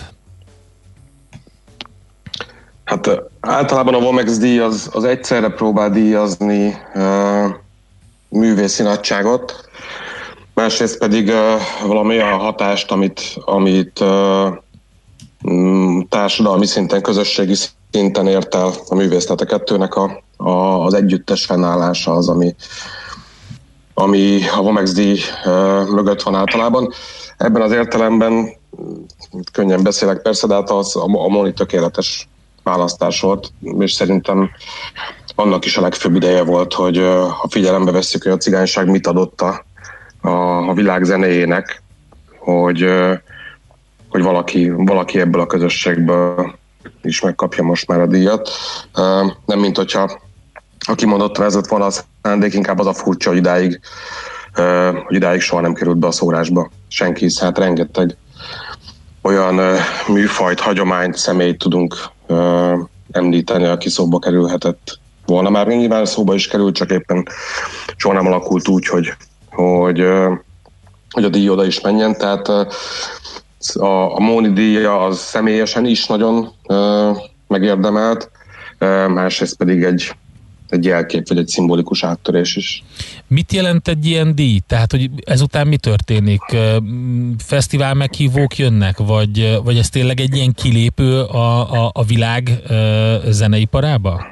Hát általában a Vomex díj az, az egyszerre próbál díjazni uh, művészi nagyságot, másrészt pedig uh, valami olyan hatást, amit, amit uh, társadalmi szinten, közösségi szinten ért el a művész. Tehát a kettőnek a, a, az együttes fennállása az, ami, ami a Vomex díj uh, mögött van általában. Ebben az értelemben könnyen beszélek persze, de hát az, a, a Moni tökéletes választás volt, és szerintem annak is a legfőbb ideje volt, hogy uh, ha figyelembe vesszük, hogy a cigányság mit adott a, a, a világ zenéjének, hogy uh, hogy valaki, valaki ebből a közösségből is megkapja most már a díjat. Nem mint hogyha a kimondottan ez lett volna a szándék, inkább az a furcsa, hogy idáig, hogy idáig soha nem került be a szórásba senki, hisz hát rengeteg olyan műfajt, hagyományt, személyt tudunk említeni, aki szóba kerülhetett volna. Már nyilván szóba is került, csak éppen soha nem alakult úgy, hogy, hogy, hogy a díj oda is menjen. Tehát A, a Móni díja az személyesen is nagyon uh, megérdemelt, uh, másrészt pedig egy, egy jelkép, vagy egy szimbolikus áttörés is. Mit jelent egy ilyen díj? Tehát, hogy ezután mi történik? Fesztivál meghívók jönnek? Vagy, vagy ez tényleg egy ilyen kilépő a, a, a világ uh, zeneiparába?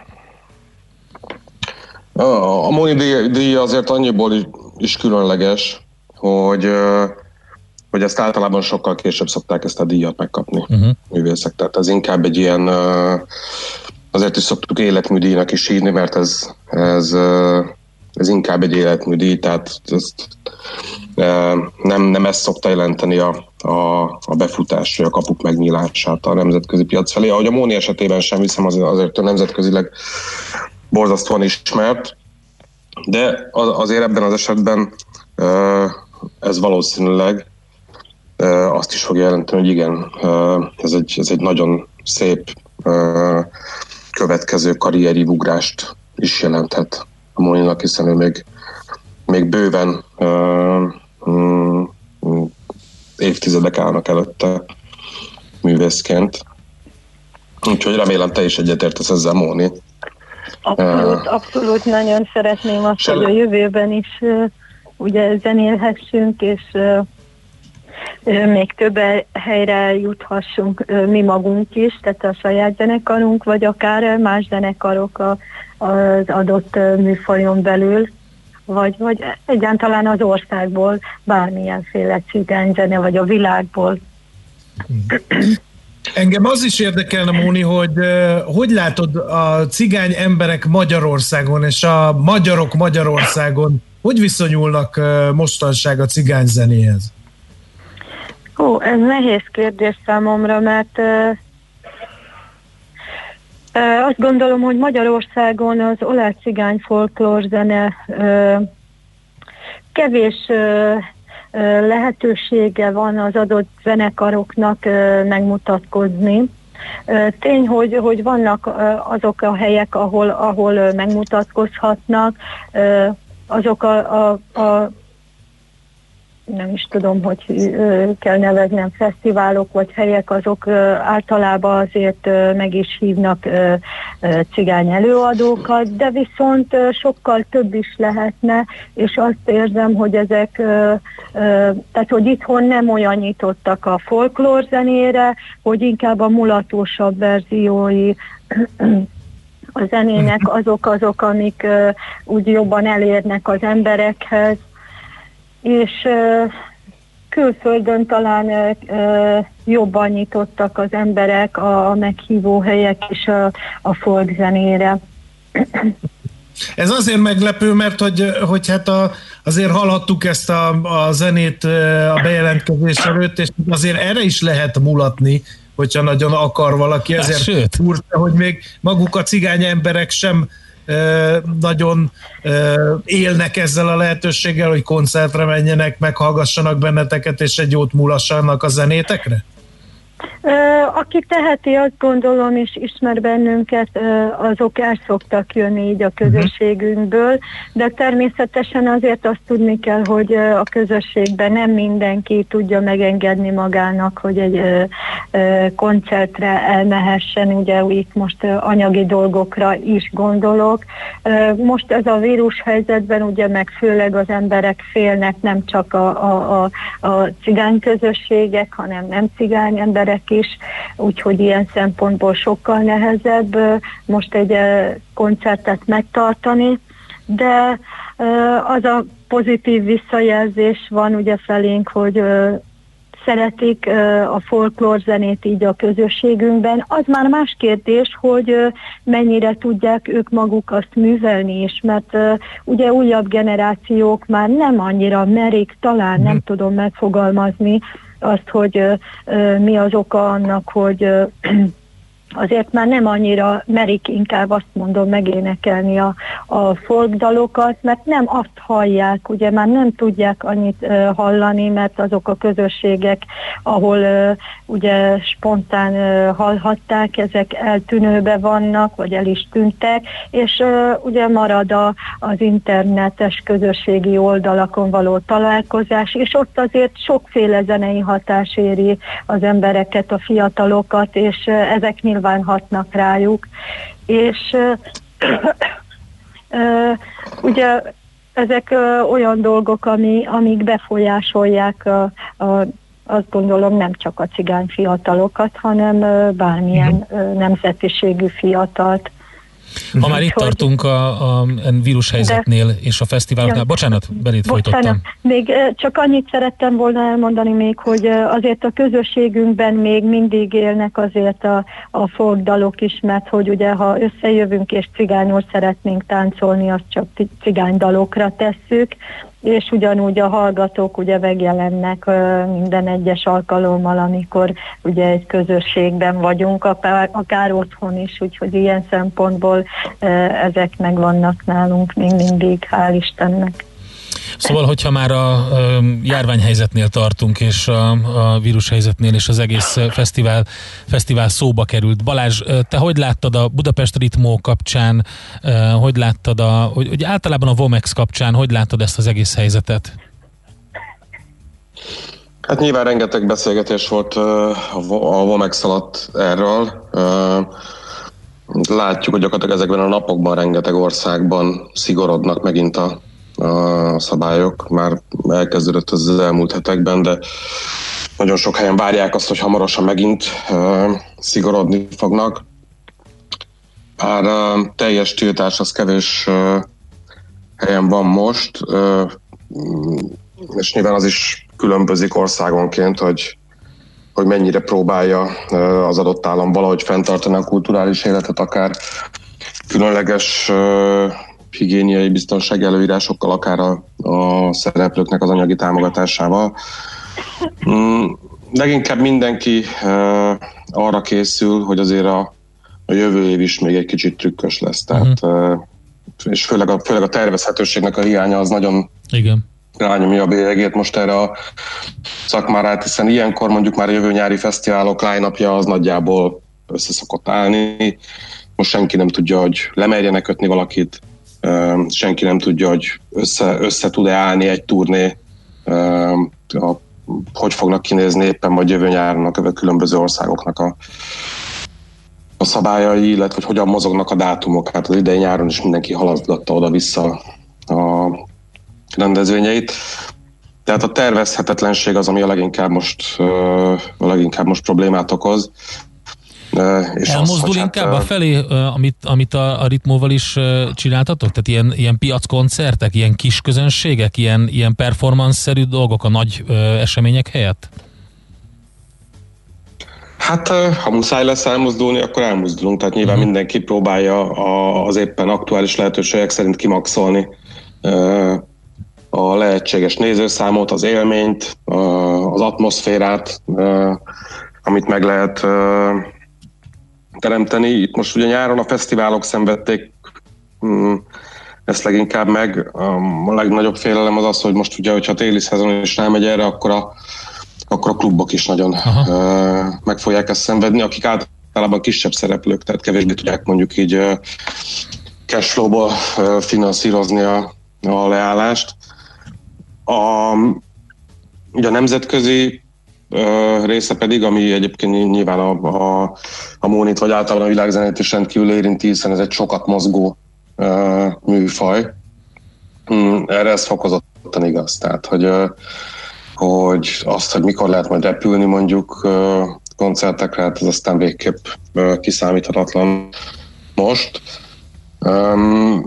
A, a Móni díj, díj azért annyiból is, is különleges, hogy uh, hogy ezt általában sokkal később szokták ezt a díjat megkapni uh-huh. művészek. Tehát ez inkább egy ilyen, azért is szoktuk életműdíjnak is hívni, mert ez, ez, ez inkább egy életműdíj, tehát ezt, nem, nem ezt szokta jelenteni a, a, a befutás, vagy a kapuk megnyílását a nemzetközi piac felé. Ahogy a Móni esetében sem hiszem, azért a nemzetközileg borzasztóan ismert, de azért ebben az esetben ez valószínűleg azt is fogja jelenteni, hogy igen, ez egy, ez egy nagyon szép következő karrieri ugrást is jelenthet a Móninak, hiszen ő még, még bőven évtizedek állnak előtte művészként. Úgyhogy remélem, te is egyetértesz ezzel, Móni. Abszolút, abszolút nagyon szeretném azt, Se... hogy a jövőben is uh, ugye zenélhessünk, és uh, uh, még több helyre juthassunk uh, mi magunk is, tehát a saját zenekarunk, vagy akár más zenekarok a, az adott uh, műfajon belül, vagy, vagy egyáltalán az országból bármilyenféle cigányzene, vagy a világból. Engem az is érdekelne, Móni, hogy uh, hogy látod a cigány emberek Magyarországon, és a magyarok Magyarországon, hogy viszonyulnak uh, mostanság a cigány zenéhez? Ó, ez nehéz kérdés számomra, mert uh, uh, azt gondolom, hogy Magyarországon az oláh cigány folklórzene uh, kevés uh, lehetősége van az adott zenekaroknak megmutatkozni. Tény, hogy, hogy vannak azok a helyek, ahol, ahol megmutatkozhatnak, azok a, a, a nem is tudom, hogy kell neveznem, fesztiválok vagy helyek, azok általában azért meg is hívnak cigány előadókat, de viszont sokkal több is lehetne, és azt érzem, hogy ezek, tehát hogy itthon nem olyan nyitottak a folklórzenére, hogy inkább a mulatósabb verziói a zenének azok azok, amik úgy jobban elérnek az emberekhez, és uh, külföldön talán uh, jobban nyitottak az emberek, a, a meghívó helyek is a, a folk zenére. Ez azért meglepő, mert hogy, hogy hát a, azért hallhattuk ezt a, a zenét a bejelentkezés előtt, és azért erre is lehet mulatni, hogyha nagyon akar valaki. Ezért furcsa, hogy még maguk a cigány emberek sem nagyon élnek ezzel a lehetőséggel, hogy koncertre menjenek, meghallgassanak benneteket, és egy jót mulassanak a zenétekre? Aki teheti, azt gondolom, és ismer bennünket, azok el szoktak jönni így a közösségünkből, de természetesen azért azt tudni kell, hogy a közösségben nem mindenki tudja megengedni magának, hogy egy koncertre elmehessen, ugye itt most anyagi dolgokra is gondolok. Most ez a vírus helyzetben ugye meg főleg az emberek félnek, nem csak a, a, a, a cigány közösségek, hanem nem cigány emberek is, úgyhogy ilyen szempontból sokkal nehezebb most egy koncertet megtartani, de az a pozitív visszajelzés van ugye felénk, hogy szeretik a folklórzenét így a közösségünkben. Az már más kérdés, hogy mennyire tudják ők maguk azt művelni is, mert ugye újabb generációk már nem annyira merik, talán nem tudom megfogalmazni azt, hogy uh, mi az oka annak, hogy uh, azért már nem annyira merik, inkább azt mondom, megénekelni a, a folkdalokat, mert nem azt hallják, ugye már nem tudják annyit uh, hallani, mert azok a közösségek, ahol uh, ugye spontán uh, hallhatták, ezek eltűnőbe vannak, vagy el is tűntek, és uh, ugye marad a, az internetes közösségi oldalakon való találkozás, és ott azért sokféle zenei hatás éri az embereket, a fiatalokat, és uh, ezek nyilván hatnak rájuk, és uh, uh, ugye ezek uh, olyan dolgok, ami, amik befolyásolják a, a, azt gondolom nem csak a cigány fiatalokat, hanem uh, bármilyen uh, nemzetiségű fiatalt. Ha már itt tartunk a, a vírushelyzetnél de, és a fesztiváloknál, ja, bocsánat, belét folytottam. Még csak annyit szerettem volna elmondani még, hogy azért a közösségünkben még mindig élnek azért a, a folkdalok is, mert hogy ugye ha összejövünk és cigányul szeretnénk táncolni, azt csak cigánydalokra tesszük, és ugyanúgy a hallgatók ugye megjelennek minden egyes alkalommal, amikor ugye egy közösségben vagyunk, akár otthon is, úgyhogy ilyen szempontból ezek megvannak nálunk még mindig, hál' Istennek. Szóval, hogyha már a járványhelyzetnél tartunk, és a, a vírushelyzetnél, és az egész fesztivál, fesztivál szóba került. Balázs, te hogy láttad a Budapest Ritmó kapcsán, hogy láttad a, hogy, hogy általában a Vomex kapcsán, hogy láttad ezt az egész helyzetet? Hát nyilván rengeteg beszélgetés volt a Vomex alatt erről. Látjuk, hogy gyakorlatilag ezekben a napokban rengeteg országban szigorodnak megint a a szabályok, már elkezdődött az elmúlt hetekben, de nagyon sok helyen várják azt, hogy hamarosan megint uh, szigorodni fognak. Bár uh, teljes tiltás az kevés uh, helyen van most, uh, és nyilván az is különbözik országonként, hogy, hogy mennyire próbálja uh, az adott állam valahogy fenntartani a kulturális életet, akár különleges uh, higiéniai biztonsági előírásokkal, akár a, a szereplőknek az anyagi támogatásával. Mm, leginkább mindenki uh, arra készül, hogy azért a, a jövő év is még egy kicsit trükkös lesz. Tehát, uh, és főleg a, főleg a tervezhetőségnek a hiánya az nagyon igen. rányomja a bélyegét most erre a szakmára, hiszen ilyenkor mondjuk már a jövő nyári fesztiválok line-upja az nagyjából össze szokott állni. Most senki nem tudja, hogy lemerjenek kötni valakit, Uh, senki nem tudja, hogy össze, össze tud-e állni egy turné, uh, a, hogy fognak kinézni éppen majd jövő nyáron a különböző országoknak a, a szabályai, illetve hogy hogyan mozognak a dátumok. Hát az idei nyáron is mindenki haladgatta oda-vissza a rendezvényeit. Tehát a tervezhetetlenség az, ami a leginkább most, uh, a leginkább most problémát okoz. És elmozdul az, inkább hát, a felé, amit, amit a, a Ritmóval is csináltatok? Tehát ilyen, ilyen piackoncertek, ilyen kis közönségek, ilyen, ilyen performance-szerű dolgok a nagy ö, események helyett? Hát ha muszáj lesz elmozdulni, akkor elmozdulunk. Tehát nyilván uh-huh. mindenki próbálja az éppen aktuális lehetőségek szerint kimaxolni a lehetséges nézőszámot, az élményt, az atmoszférát, amit meg lehet teremteni. Itt most ugye nyáron a fesztiválok szenvedték ezt leginkább meg. A legnagyobb félelem az az, hogy most ugye, hogyha téli szezon is rámegy erre, akkor a, akkor a klubok is nagyon uh, meg fogják ezt szenvedni, akik általában kisebb szereplők, tehát kevésbé tudják mondjuk így uh, cashflow-ból uh, finanszírozni a, a leállást. A, ugye a nemzetközi uh, része pedig, ami egyébként nyilván a, a, a Mónit vagy általában a világzenét is rendkívül érinti, hiszen ez egy sokat mozgó uh, műfaj. Hmm, erre ez fokozottan igaz. Tehát, hogy, uh, hogy azt, hogy mikor lehet majd repülni mondjuk uh, koncertekre, hát ez aztán végképp uh, kiszámíthatatlan most. Um,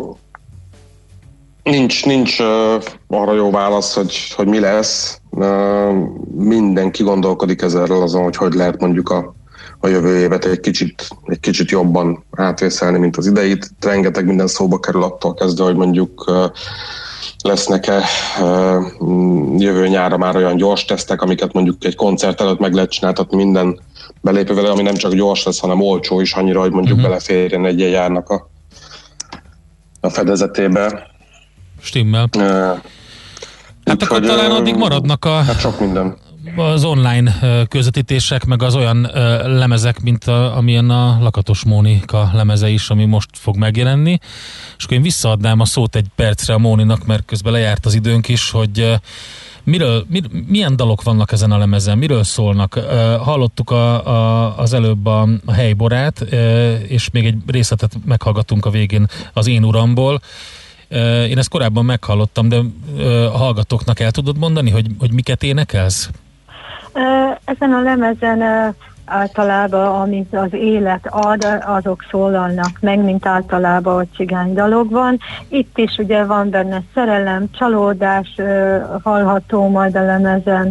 Nincs, nincs uh, arra jó válasz, hogy, hogy mi lesz. Uh, mindenki gondolkodik ezzel azon, hogy hogy lehet mondjuk a, a jövő évet egy kicsit, egy kicsit jobban átvészelni, mint az ideit. Rengeteg minden szóba kerül attól kezdve, hogy mondjuk uh, lesznek-e uh, jövő nyára már olyan gyors tesztek, amiket mondjuk egy koncert előtt meg lehet csináltatni minden belépővel, ami nem csak gyors lesz, hanem olcsó is annyira, hogy mondjuk uh-huh. beleférjen egy-egy járnak a, a fedezetébe. Stimmel. Uh, hát akkor hogy, talán addig maradnak a, hát sok minden. az online közvetítések, meg az olyan uh, lemezek, mint a, amilyen a Lakatos Mónika lemeze is, ami most fog megjelenni. És akkor én visszaadnám a szót egy percre a Móninak, mert közben lejárt az időnk is, hogy uh, miről, mir, milyen dalok vannak ezen a lemezen, miről szólnak. Uh, hallottuk a, a, az előbb a, a Helyborát, uh, és még egy részletet meghallgattunk a végén az Én Uramból. Én ezt korábban meghallottam, de a hallgatóknak el tudod mondani, hogy, hogy miket énekelsz? Ezen a lemezen általában, amit az élet ad, azok szólalnak meg, mint általában a cigánydalokban. Itt is ugye van benne szerelem, csalódás, hallható majd a lemezen,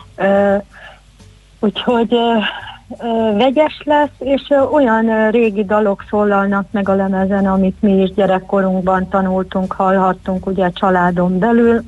úgyhogy vegyes lesz, és olyan régi dalok szólalnak meg a lemezen, amit mi is gyerekkorunkban tanultunk, hallhattunk ugye családon belül.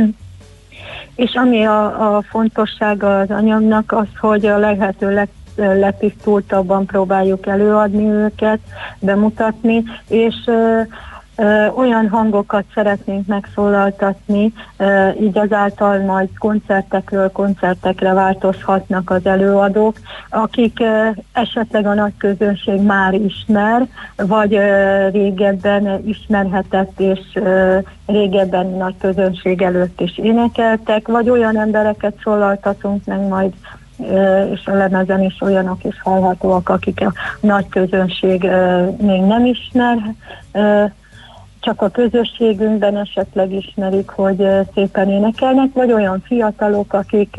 És ami a, a fontossága az anyagnak az, hogy a lehető leg, letisztultabban próbáljuk előadni őket, bemutatni, és ö, ö, olyan hangokat szeretnénk megszólaltatni, ö, így azáltal majd koncertekről koncertekre változhatnak az előadók, akik ö, esetleg a nagy közönség már ismer, vagy ö, régebben ismerhetett, és ö, régebben nagy közönség előtt is énekeltek, vagy olyan embereket szólaltatunk meg majd, és a lemezen is olyanok is hallhatóak, akik a nagy közönség még nem ismer, csak a közösségünkben esetleg ismerik, hogy szépen énekelnek, vagy olyan fiatalok, akik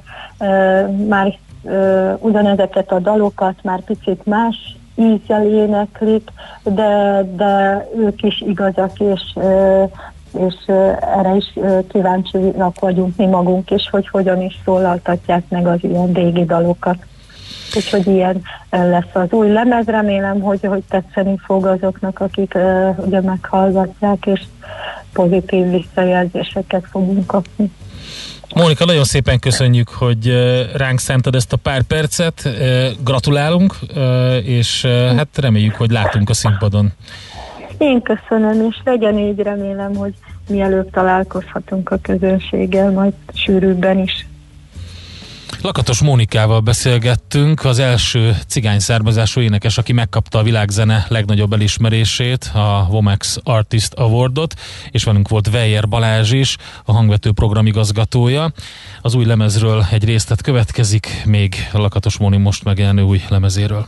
már ugyanezeket a dalokat már picit más ízzel éneklik, de, de ők is igazak, és és erre is kíváncsiak vagyunk mi magunk is, hogy hogyan is szólaltatják meg az ilyen régi dalokat. Úgyhogy ilyen lesz az új lemez, remélem, hogy, hogy tetszeni fog azoknak, akik uh, ugye meghallgatják, és pozitív visszajelzéseket fogunk kapni. Mónika, nagyon szépen köszönjük, hogy ránk szántad ezt a pár percet, gratulálunk, és hát reméljük, hogy látunk a színpadon. Én köszönöm, és legyen így, remélem, hogy mielőbb találkozhatunk a közönséggel, majd sűrűbben is. Lakatos Mónikával beszélgettünk, az első cigány származású énekes, aki megkapta a világzene legnagyobb elismerését, a Womex Artist Awardot, és velünk volt Weyer Balázs is, a hangvető programigazgatója. Az új lemezről egy részlet következik, még Lakatos Móni most megjelenő új lemezéről.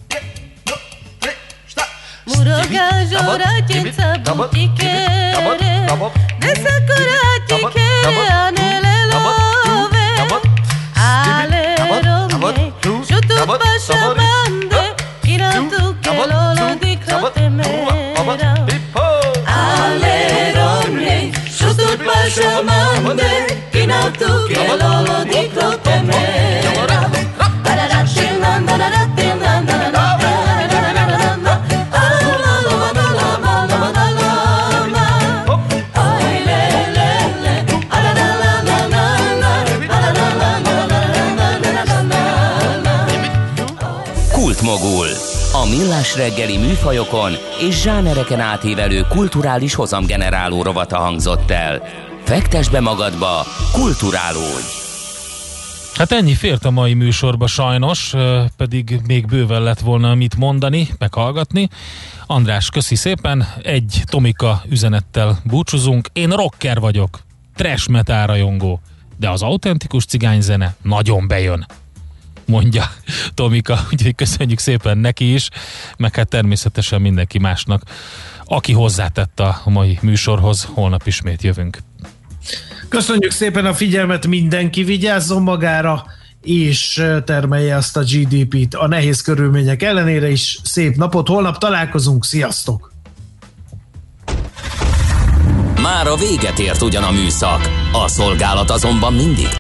Kultmogul. A millás reggeli műfajokon és zsánereken átívelő kulturális hozamgeneráló rovata hangzott el. Fektesd be magadba, kulturálódj! Hát ennyi fért a mai műsorba sajnos, pedig még bőven lett volna mit mondani, meghallgatni. András, köszi szépen, egy Tomika üzenettel búcsúzunk. Én rocker vagyok, trash metal rajongó, de az autentikus cigányzene nagyon bejön, mondja Tomika, úgyhogy köszönjük szépen neki is, meg hát természetesen mindenki másnak, aki hozzátett a mai műsorhoz. Holnap ismét jövünk. Köszönjük szépen a figyelmet, mindenki vigyázzon magára, és termelje azt a gé dé pét a nehéz körülmények ellenére is. Szép napot, holnap találkozunk, sziasztok! Már a véget ért ugyan a műszak, a szolgálat azonban mindig